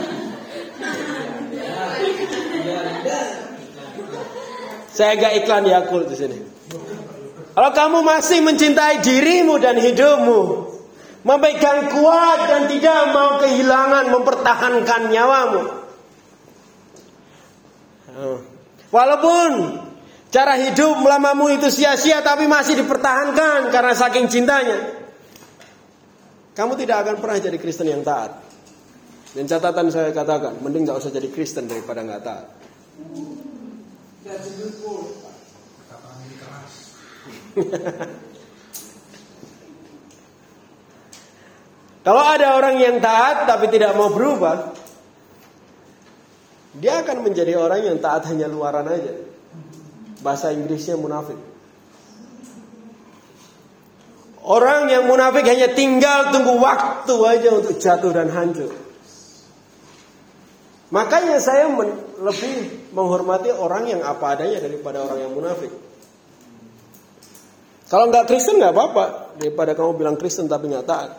Saya gak iklan Yakult di sini. Kalau kamu masih mencintai dirimu dan hidupmu, memegang kuat dan tidak mau kehilangan, mempertahankan nyawamu. Walaupun cara hidup lamamu itu sia-sia, tapi masih dipertahankan karena saking cintanya, kamu tidak akan pernah jadi Kristen yang taat. Dan catatan saya katakan, mending gak usah jadi Kristen daripada gak taat. Kalau ada orang yang taat tapi tidak mau berubah, dia akan menjadi orang yang taat hanya luaran aja. Bahasa Inggrisnya munafik. Orang yang munafik hanya tinggal tunggu waktu aja untuk jatuh dan hancur. Makanya saya men- lebih menghormati orang yang apa adanya daripada orang yang munafik. Kalau nggak Kristen nggak apa-apa, daripada kamu bilang Kristen tapi nggak taat.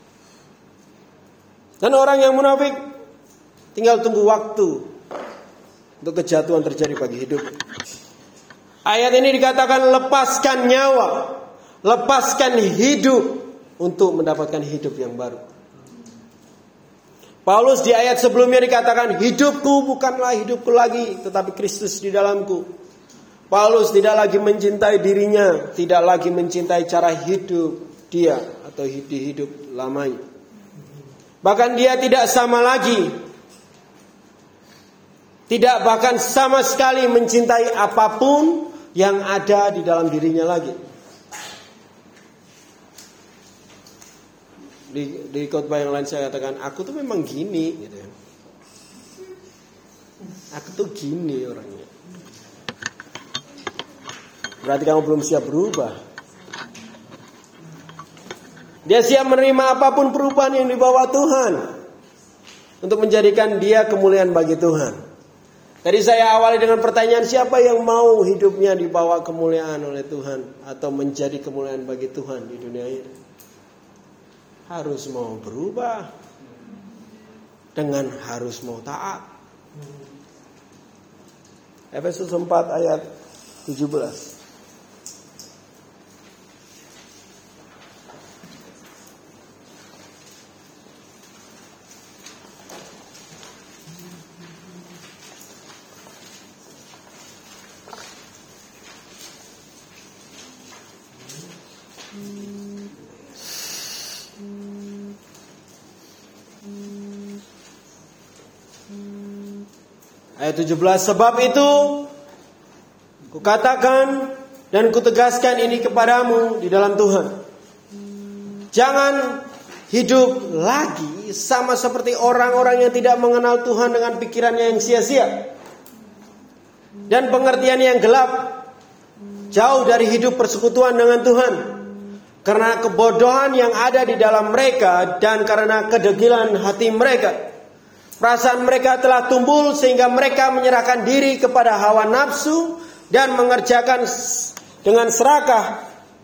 Dan orang yang munafik tinggal tunggu waktu untuk kejatuhan terjadi bagi hidup. Ayat ini dikatakan lepaskan nyawa, lepaskan hidup untuk mendapatkan hidup yang baru. Paulus di ayat sebelumnya dikatakan, hidupku bukanlah hidupku lagi, tetapi Kristus di dalamku. Paulus tidak lagi mencintai dirinya, tidak lagi mencintai cara hidup dia atau hidup lamanya. Bahkan dia tidak sama lagi, tidak bahkan sama sekali mencintai apapun yang ada di dalam dirinya lagi. Di, di khotbah yang lain saya katakan, aku tuh memang gini gitu ya. Aku tuh gini orangnya. Berarti kamu belum siap berubah. Dia siap menerima apapun perubahan yang dibawa Tuhan untuk menjadikan dia kemuliaan bagi Tuhan. Tadi saya awali dengan pertanyaan, siapa yang mau hidupnya dibawa kemuliaan oleh Tuhan atau menjadi kemuliaan bagi Tuhan di dunia ini? Harus mau berubah dengan harus mau taat. Efesus empat ayat tujuh belas. Ayat tujuh belas, sebab itu kukatakan dan kutegaskan ini kepadamu di dalam Tuhan. Jangan hidup lagi sama seperti orang-orang yang tidak mengenal Tuhan dengan pikirannya yang sia-sia dan pengertian yang gelap, jauh dari hidup persekutuan dengan Tuhan. Karena kebodohan yang ada di dalam mereka dan karena kedegilan hati mereka, perasaan mereka telah tumbul sehingga mereka menyerahkan diri kepada hawa nafsu dan mengerjakan dengan serakah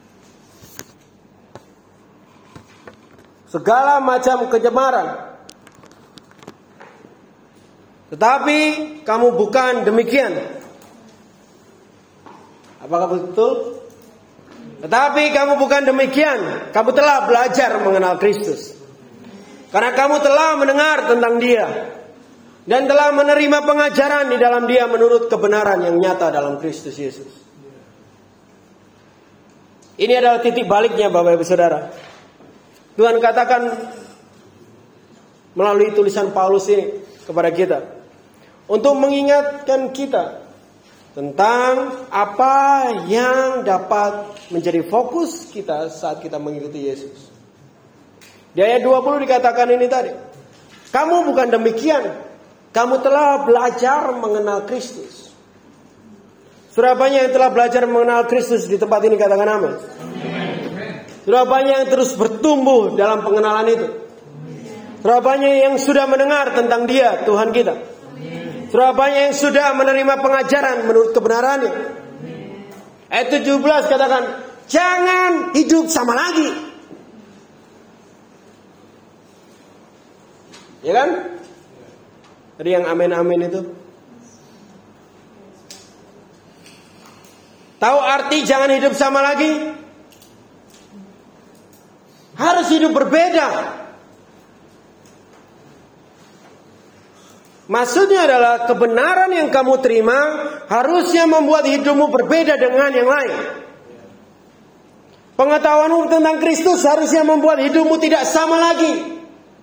segala macam kecemaran. Tetapi kamu bukan demikian. Apakah betul? Tetapi kamu bukan demikian. Kamu telah belajar mengenal Kristus. Karena kamu telah mendengar tentang Dia dan telah menerima pengajaran di dalam Dia menurut kebenaran yang nyata dalam Kristus Yesus. Ini adalah titik baliknya Bapak Ibu Saudara. Tuhan katakan melalui tulisan Paulus ini kepada kita untuk mengingatkan kita tentang apa yang dapat menjadi fokus kita saat kita mengikuti Yesus. Di ayat dua puluh dikatakan ini tadi. Kamu bukan demikian. Kamu telah belajar mengenal Kristus. Sudah banyak yang telah belajar mengenal Kristus di tempat ini, katakan amin. Sudah banyak yang terus bertumbuh dalam pengenalan itu. Sudah banyak yang sudah mendengar tentang Dia, Tuhan kita. Sudah banyak yang sudah menerima pengajaran menurut kebenarannya. Ayat tujuh belas katakan, jangan hidup sama lagi. Ya kan? Tadi yang amin-amin itu. Tahu arti jangan hidup sama lagi? Harus hidup berbeda. Maksudnya adalah kebenaran yang kamu terima harusnya membuat hidupmu berbeda dengan yang lain. Pengetahuanmu tentang Kristus harusnya membuat hidupmu tidak sama lagi.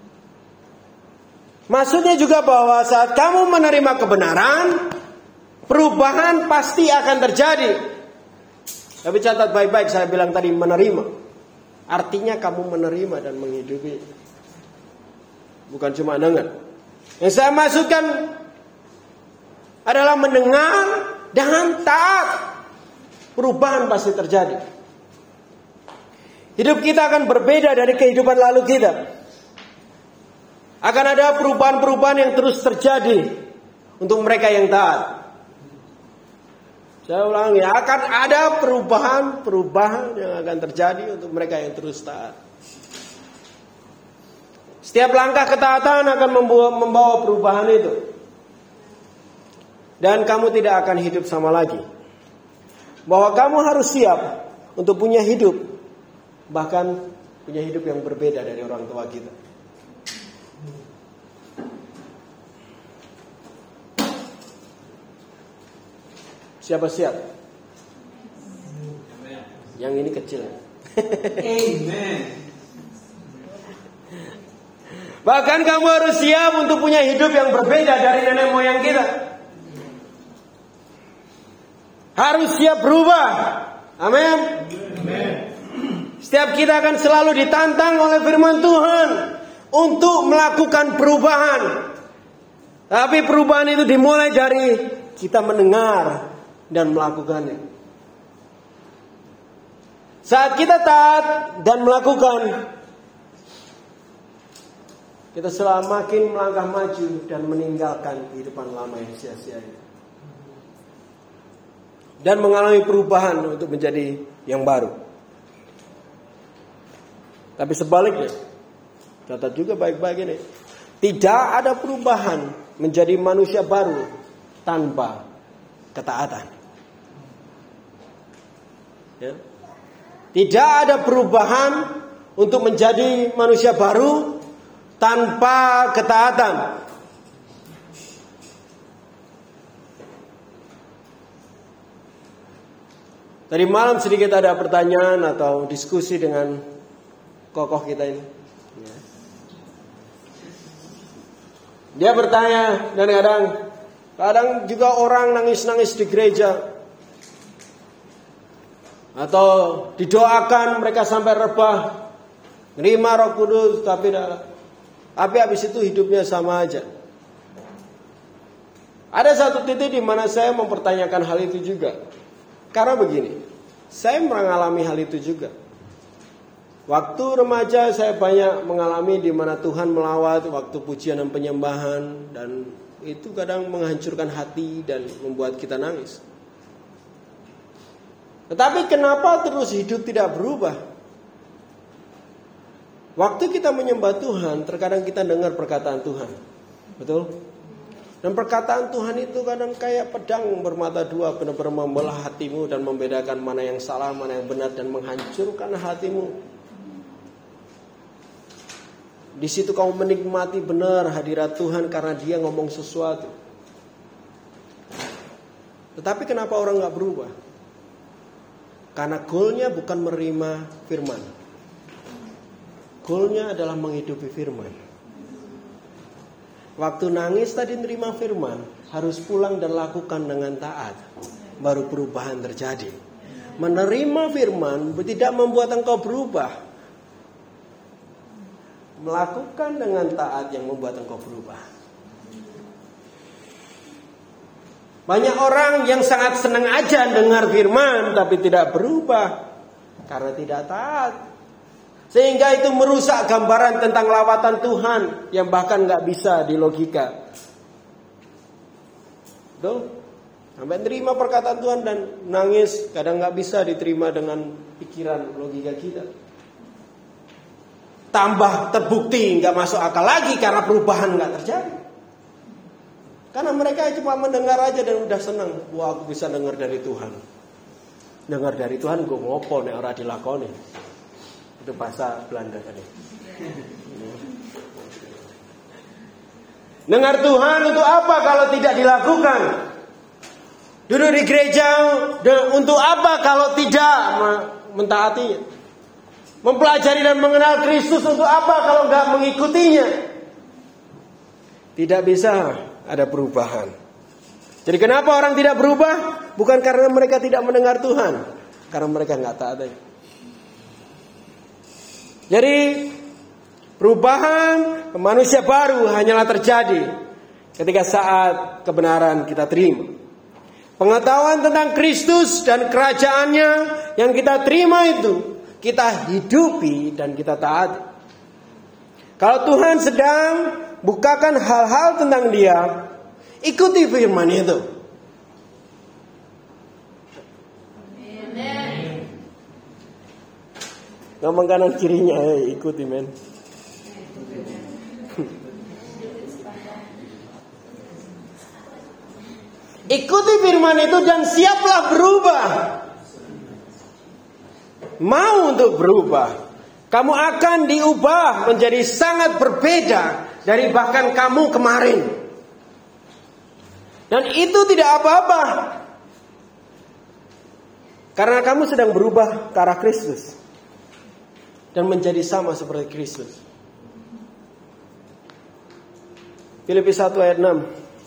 Maksudnya juga bahwa saat kamu menerima kebenaran, perubahan pasti akan terjadi. Tapi catat baik-baik, saya bilang tadi menerima. Artinya kamu menerima dan menghidupi. Bukan cuma dengar. Yang saya maksudkan adalah mendengar dan taat. Perubahan pasti terjadi. Hidup kita akan berbeda dari kehidupan lalu kita. Akan ada perubahan-perubahan yang terus terjadi untuk mereka yang taat. Saya ulangi, akan ada perubahan-perubahan yang akan terjadi untuk mereka yang terus taat. Setiap langkah ketaatan akan membawa, membawa perubahan itu. Dan kamu tidak akan hidup sama lagi. Bahwa kamu harus siap untuk punya hidup. Bahkan punya hidup yang berbeda dari orang tua kita. Siapa siap? Yang ini kecil. Amen. Bahkan kamu harus siap untuk punya hidup yang berbeda dari nenek moyang kita. Harus siap berubah. Amin. Setiap kita akan selalu ditantang oleh firman Tuhan untuk melakukan perubahan. Tapi perubahan itu dimulai dari kita mendengar dan melakukannya. Saat kita taat dan melakukan, kita selalu makin melangkah maju dan meninggalkan kehidupan lama yang sia-sia itu. Dan mengalami perubahan untuk menjadi yang baru. Tapi sebaliknya, catat juga baik-baik ini. Tidak ada perubahan menjadi manusia baru tanpa ketaatan. Ya. Tidak ada perubahan untuk menjadi manusia baru tanpa ketaatan. Tadi malam sedikit ada pertanyaan atau diskusi dengan kokoh kita ini. Ya. Dia bertanya, dan kadang kadang juga orang nangis-nangis di gereja, atau didoakan mereka sampai rebah, nerima Roh Kudus, tapi tapi habis itu hidupnya sama aja. Ada satu titik di mana saya mempertanyakan hal itu juga. Karena begini, saya mengalami hal itu juga. Waktu remaja saya banyak mengalami di mana Tuhan melawat waktu pujian dan penyembahan, dan itu kadang menghancurkan hati dan membuat kita nangis. Tetapi kenapa terus hidup tidak berubah? Waktu kita menyembah Tuhan, terkadang kita dengar perkataan Tuhan. Betul? Dan perkataan Tuhan itu kadang kayak pedang bermata dua, benar-benar membelah hatimu dan membedakan mana yang salah, mana yang benar, dan menghancurkan hatimu. Di situ kamu menikmati benar hadirat Tuhan karena Dia ngomong sesuatu. Tetapi kenapa orang gak berubah? Karena goalnya bukan menerima firman. Goalnya adalah menghidupi firman. Waktu nangis tadi menerima firman, harus pulang dan lakukan dengan taat, baru perubahan terjadi. Menerima firman tidak membuat engkau berubah. Melakukan dengan taat yang membuat engkau berubah. Banyak orang yang sangat senang aja dengar firman tapi tidak berubah karena tidak taat. Sehingga itu merusak gambaran tentang lawatan Tuhan yang bahkan gak bisa dilogika. Betul? Sampai terima perkataan Tuhan dan nangis, kadang gak bisa diterima dengan pikiran logika kita. Tambah terbukti gak masuk akal lagi karena perubahan gak terjadi. Karena mereka cuma mendengar aja dan udah senang. Wah, aku bisa dengar dari Tuhan. Dengar dari Tuhan gue ngopo nek ora dilakoni. Itu bahasa Belanda tadi. Dengar Tuhan untuk apa kalau tidak dilakukan? Duduk di gereja untuk apa kalau tidak mentaatinya? Mempelajari dan mengenal Kristus untuk apa kalau enggak mengikutinya? Tidak bisa ada perubahan. Jadi kenapa orang tidak berubah? Bukan karena mereka tidak mendengar Tuhan, karena mereka enggak taat aja. Jadi perubahan manusia baru hanyalah terjadi ketika saat kebenaran kita terima. Pengetahuan tentang Kristus dan kerajaannya yang kita terima itu kita hidupi dan kita taati. Kalau Tuhan sedang bukakan hal-hal tentang Dia, ikuti firman itu. Ngomong kanan kirinya, eh, ikuti men. Ikuti firman itu dan siaplah berubah. Mau untuk berubah, kamu akan diubah menjadi sangat berbeda dari bahkan kamu kemarin. Dan itu tidak apa-apa, karena kamu sedang berubah ke arah Kristus dan menjadi sama seperti Kristus. Filipi satu ayat enam.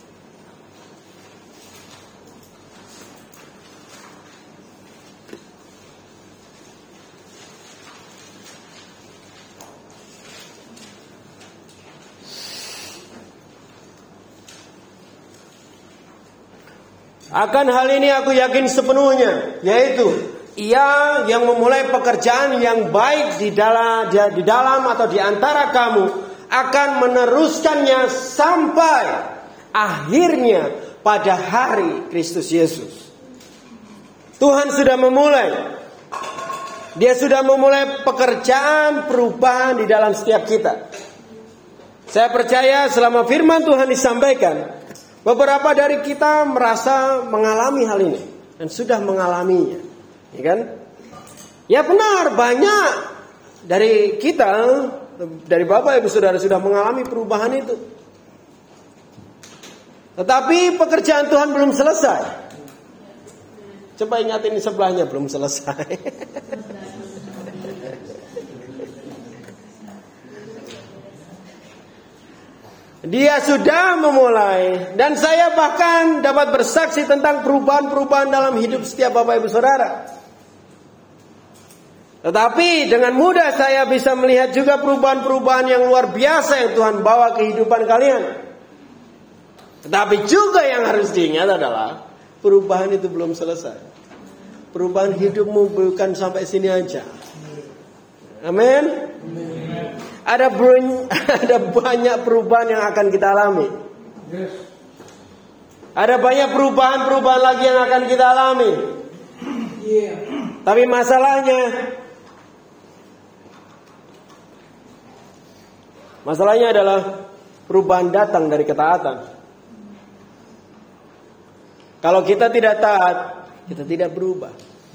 Akan hal ini aku yakin sepenuhnya, yaitu Ia yang memulai pekerjaan yang baik di dalam, di dalam atau di antara kamu akan meneruskannya sampai akhirnya pada hari Kristus Yesus. Tuhan sudah memulai. Dia sudah memulai pekerjaan perubahan di dalam setiap kita. Saya percaya selama firman Tuhan disampaikan, Beberapa dari kita merasa mengalami hal ini dan sudah mengalaminya, ya kan? Ya benar, banyak dari kita, dari Bapak Ibu Saudara sudah mengalami perubahan itu. Tetapi pekerjaan Tuhan belum selesai. Coba ingatin sebelahnya, belum selesai. Dia sudah memulai. Dan saya bahkan dapat bersaksi tentang perubahan-perubahan dalam hidup setiap Bapak Ibu Saudara. Tetapi dengan mudah saya bisa melihat juga perubahan-perubahan yang luar biasa yang Tuhan bawa kehidupan kalian. Tetapi juga yang harus diingat adalah perubahan itu belum selesai. Perubahan hidupmu bukan sampai sini aja. Amin. Ada ada banyak perubahan yang akan kita alami. Ada banyak perubahan-perubahan lagi yang akan kita alami. Tapi masalahnya, masalahnya adalah perubahan datang dari ketaatan. Kalau kita tidak taat, kita tidak berubah.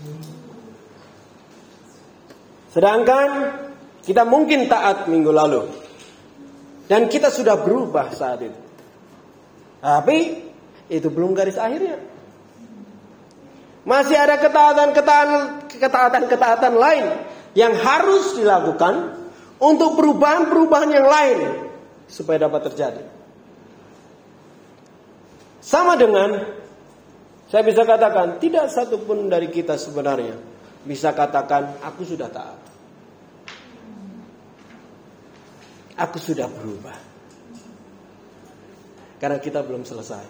Sedangkan kita mungkin taat minggu lalu. Dan kita sudah berubah saat itu. Tapi itu belum garis akhirnya. Masih ada ketaatan-ketaatan ketaatan-ketaatan lain yang harus dilakukan untuk perubahan-perubahan yang lain supaya dapat terjadi. Sama dengan saya bisa katakan tidak satupun dari kita sebenarnya bisa katakan aku sudah taat. Aku sudah berubah. Karena kita belum selesai.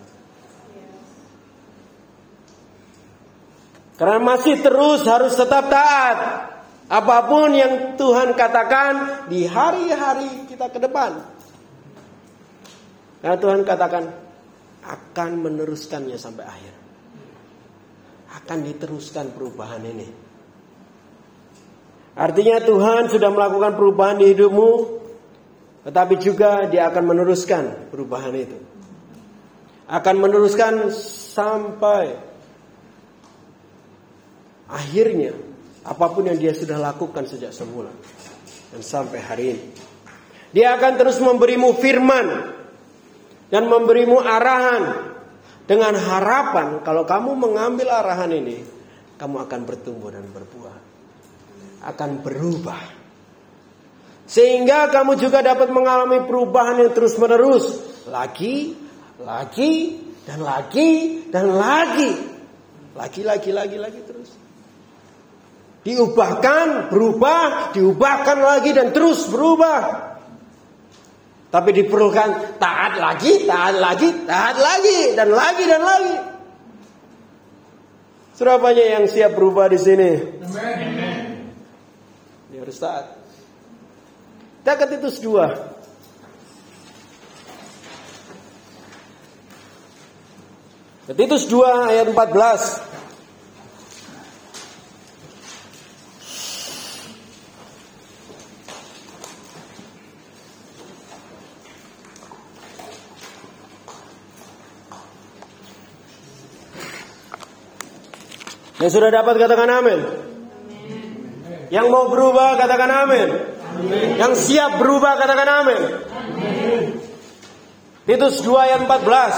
Karena masih terus harus tetap taat. Apapun yang Tuhan katakan di hari-hari kita ke depan. Karena Tuhan katakan akan meneruskannya sampai akhir. Akan diteruskan perubahan ini. Artinya Tuhan sudah melakukan perubahan di hidupmu. Tetapi juga dia akan meneruskan perubahan itu. Akan meneruskan sampai akhirnya apapun yang dia sudah lakukan sejak semula. Dan sampai hari ini. Dia akan terus memberimu firman. Dan memberimu arahan. Dengan harapan kalau kamu mengambil arahan ini. Kamu akan bertumbuh dan berbuah. Akan berubah. Sehingga kamu juga dapat mengalami perubahan yang terus menerus. Lagi, lagi, dan lagi, dan lagi. Lagi, lagi, lagi, lagi terus. Diubahkan, berubah, diubahkan lagi dan terus berubah. Tapi diperlukan taat lagi, taat lagi, taat lagi, dan lagi, dan lagi. Sudah banyak yang siap berubah di sini. Amen. Dia harus taat. Kita ke Titus dua. Titus dua ayat empat belas. Yang sudah dapat katakan amin. Yang mau berubah katakan amin. Yang siap berubah katakan amin. Titus dua ayat empat belas.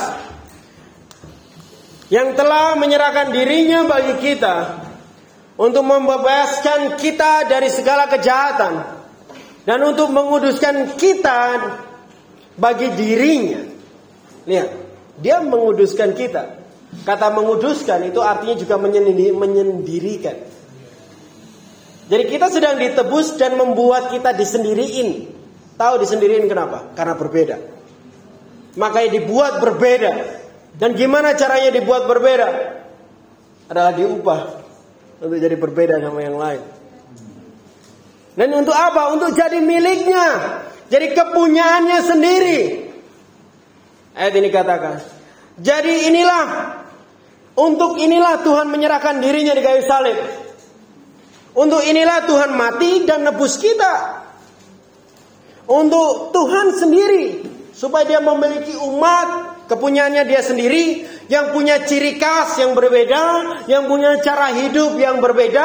Yang telah menyerahkan dirinya bagi kita untuk membebaskan kita dari segala kejahatan dan untuk menguduskan kita bagi dirinya. Lihat, dia menguduskan kita. Kata menguduskan itu artinya juga menyendirikan. Jadi kita sedang ditebus dan membuat kita disendiriin. Tahu disendiriin kenapa? Karena berbeda. Makanya dibuat berbeda. Dan gimana caranya dibuat berbeda? Adalah diubah untuk jadi berbeda sama yang lain. Dan untuk apa? Untuk jadi miliknya. Jadi kepunyaannya sendiri. Ayat ini katakan. Jadi inilah. Untuk inilah Tuhan menyerahkan dirinya di kayu salib. Untuk inilah Tuhan mati dan nebus kita. Untuk Tuhan sendiri. Supaya dia memiliki umat kepunyaannya dia sendiri, yang punya ciri khas yang berbeda, yang punya cara hidup yang berbeda.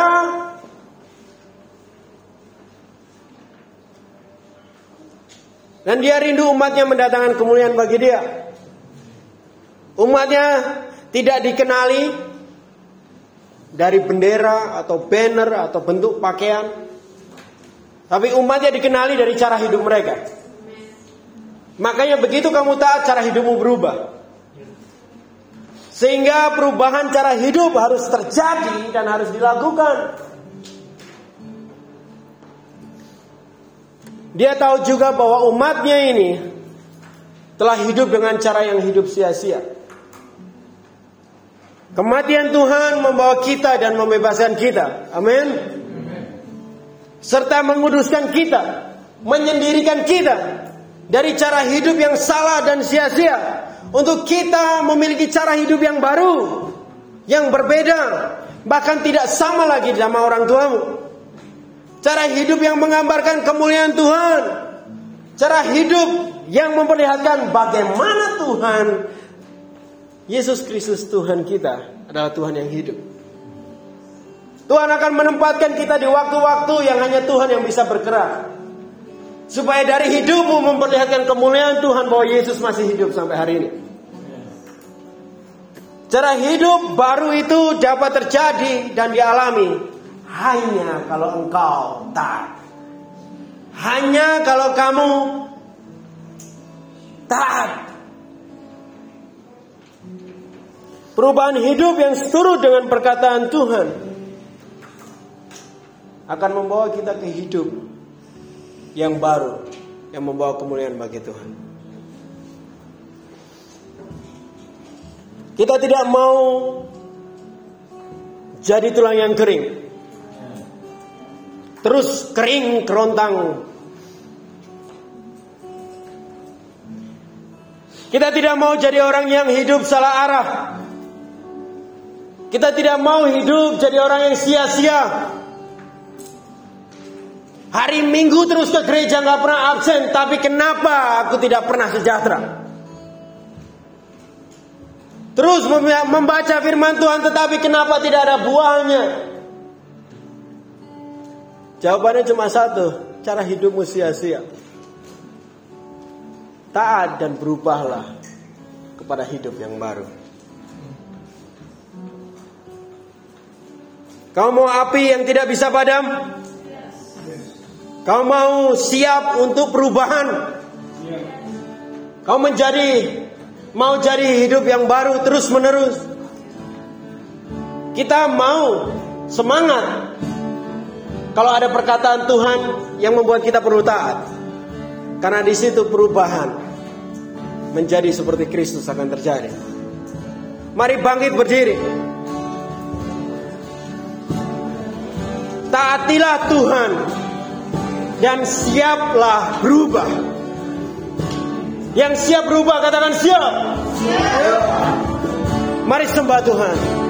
Dan dia rindu umatnya mendatangkan kemuliaan bagi dia. Umatnya tidak dikenali dari bendera atau banner atau bentuk pakaian, tapi umatnya dikenali dari cara hidup mereka. Makanya begitu kamu taat, cara hidupmu berubah. Sehingga perubahan cara hidup harus terjadi dan harus dilakukan. Dia tahu juga bahwa umatnya ini telah hidup dengan cara yang hidup sia-sia. Kematian Tuhan membawa kita dan membebaskan kita. Amin. Serta menguduskan kita, menyendirikan kita dari cara hidup yang salah dan sia-sia, untuk kita memiliki cara hidup yang baru, yang berbeda, bahkan tidak sama lagi sama orang tuamu. Cara hidup yang menggambarkan kemuliaan Tuhan, cara hidup yang memperlihatkan bagaimana Tuhan Yesus Kristus Tuhan kita adalah Tuhan yang hidup. Tuhan akan menempatkan kita di waktu-waktu yang hanya Tuhan yang bisa bergerak, supaya dari hidupmu memperlihatkan kemuliaan Tuhan bahwa Yesus masih hidup sampai hari ini. Cara hidup baru itu dapat terjadi dan dialami hanya kalau engkau taat. Hanya kalau kamu taat. Perubahan hidup yang seturut dengan perkataan Tuhan akan membawa kita ke hidup yang baru, yang membawa kemuliaan bagi Tuhan. Kita tidak mau jadi tulang yang kering, terus kering kerontang. Kita tidak mau jadi orang yang hidup salah arah. Kita tidak mau hidup jadi orang yang sia-sia. Hari Minggu terus ke gereja, gak pernah absen, tapi kenapa aku tidak pernah sejahtera? Terus membaca firman Tuhan, tetapi kenapa tidak ada buahnya? Jawabannya cuma satu, cara hidupmu sia-sia. Taat dan berubahlah kepada hidup yang baru. Kau mau api yang tidak bisa padam? Kau mau siap untuk perubahan? Kau menjadi mau jadi hidup yang baru terus menerus? Kita mau semangat kalau ada perkataan Tuhan yang membuat kita perlu taat, karena di situ perubahan menjadi seperti Kristus akan terjadi. Mari bangkit berdiri. Taatilah Tuhan dan siaplah berubah. Yang siap berubah katakan siap. Siap. Mari sembah Tuhan.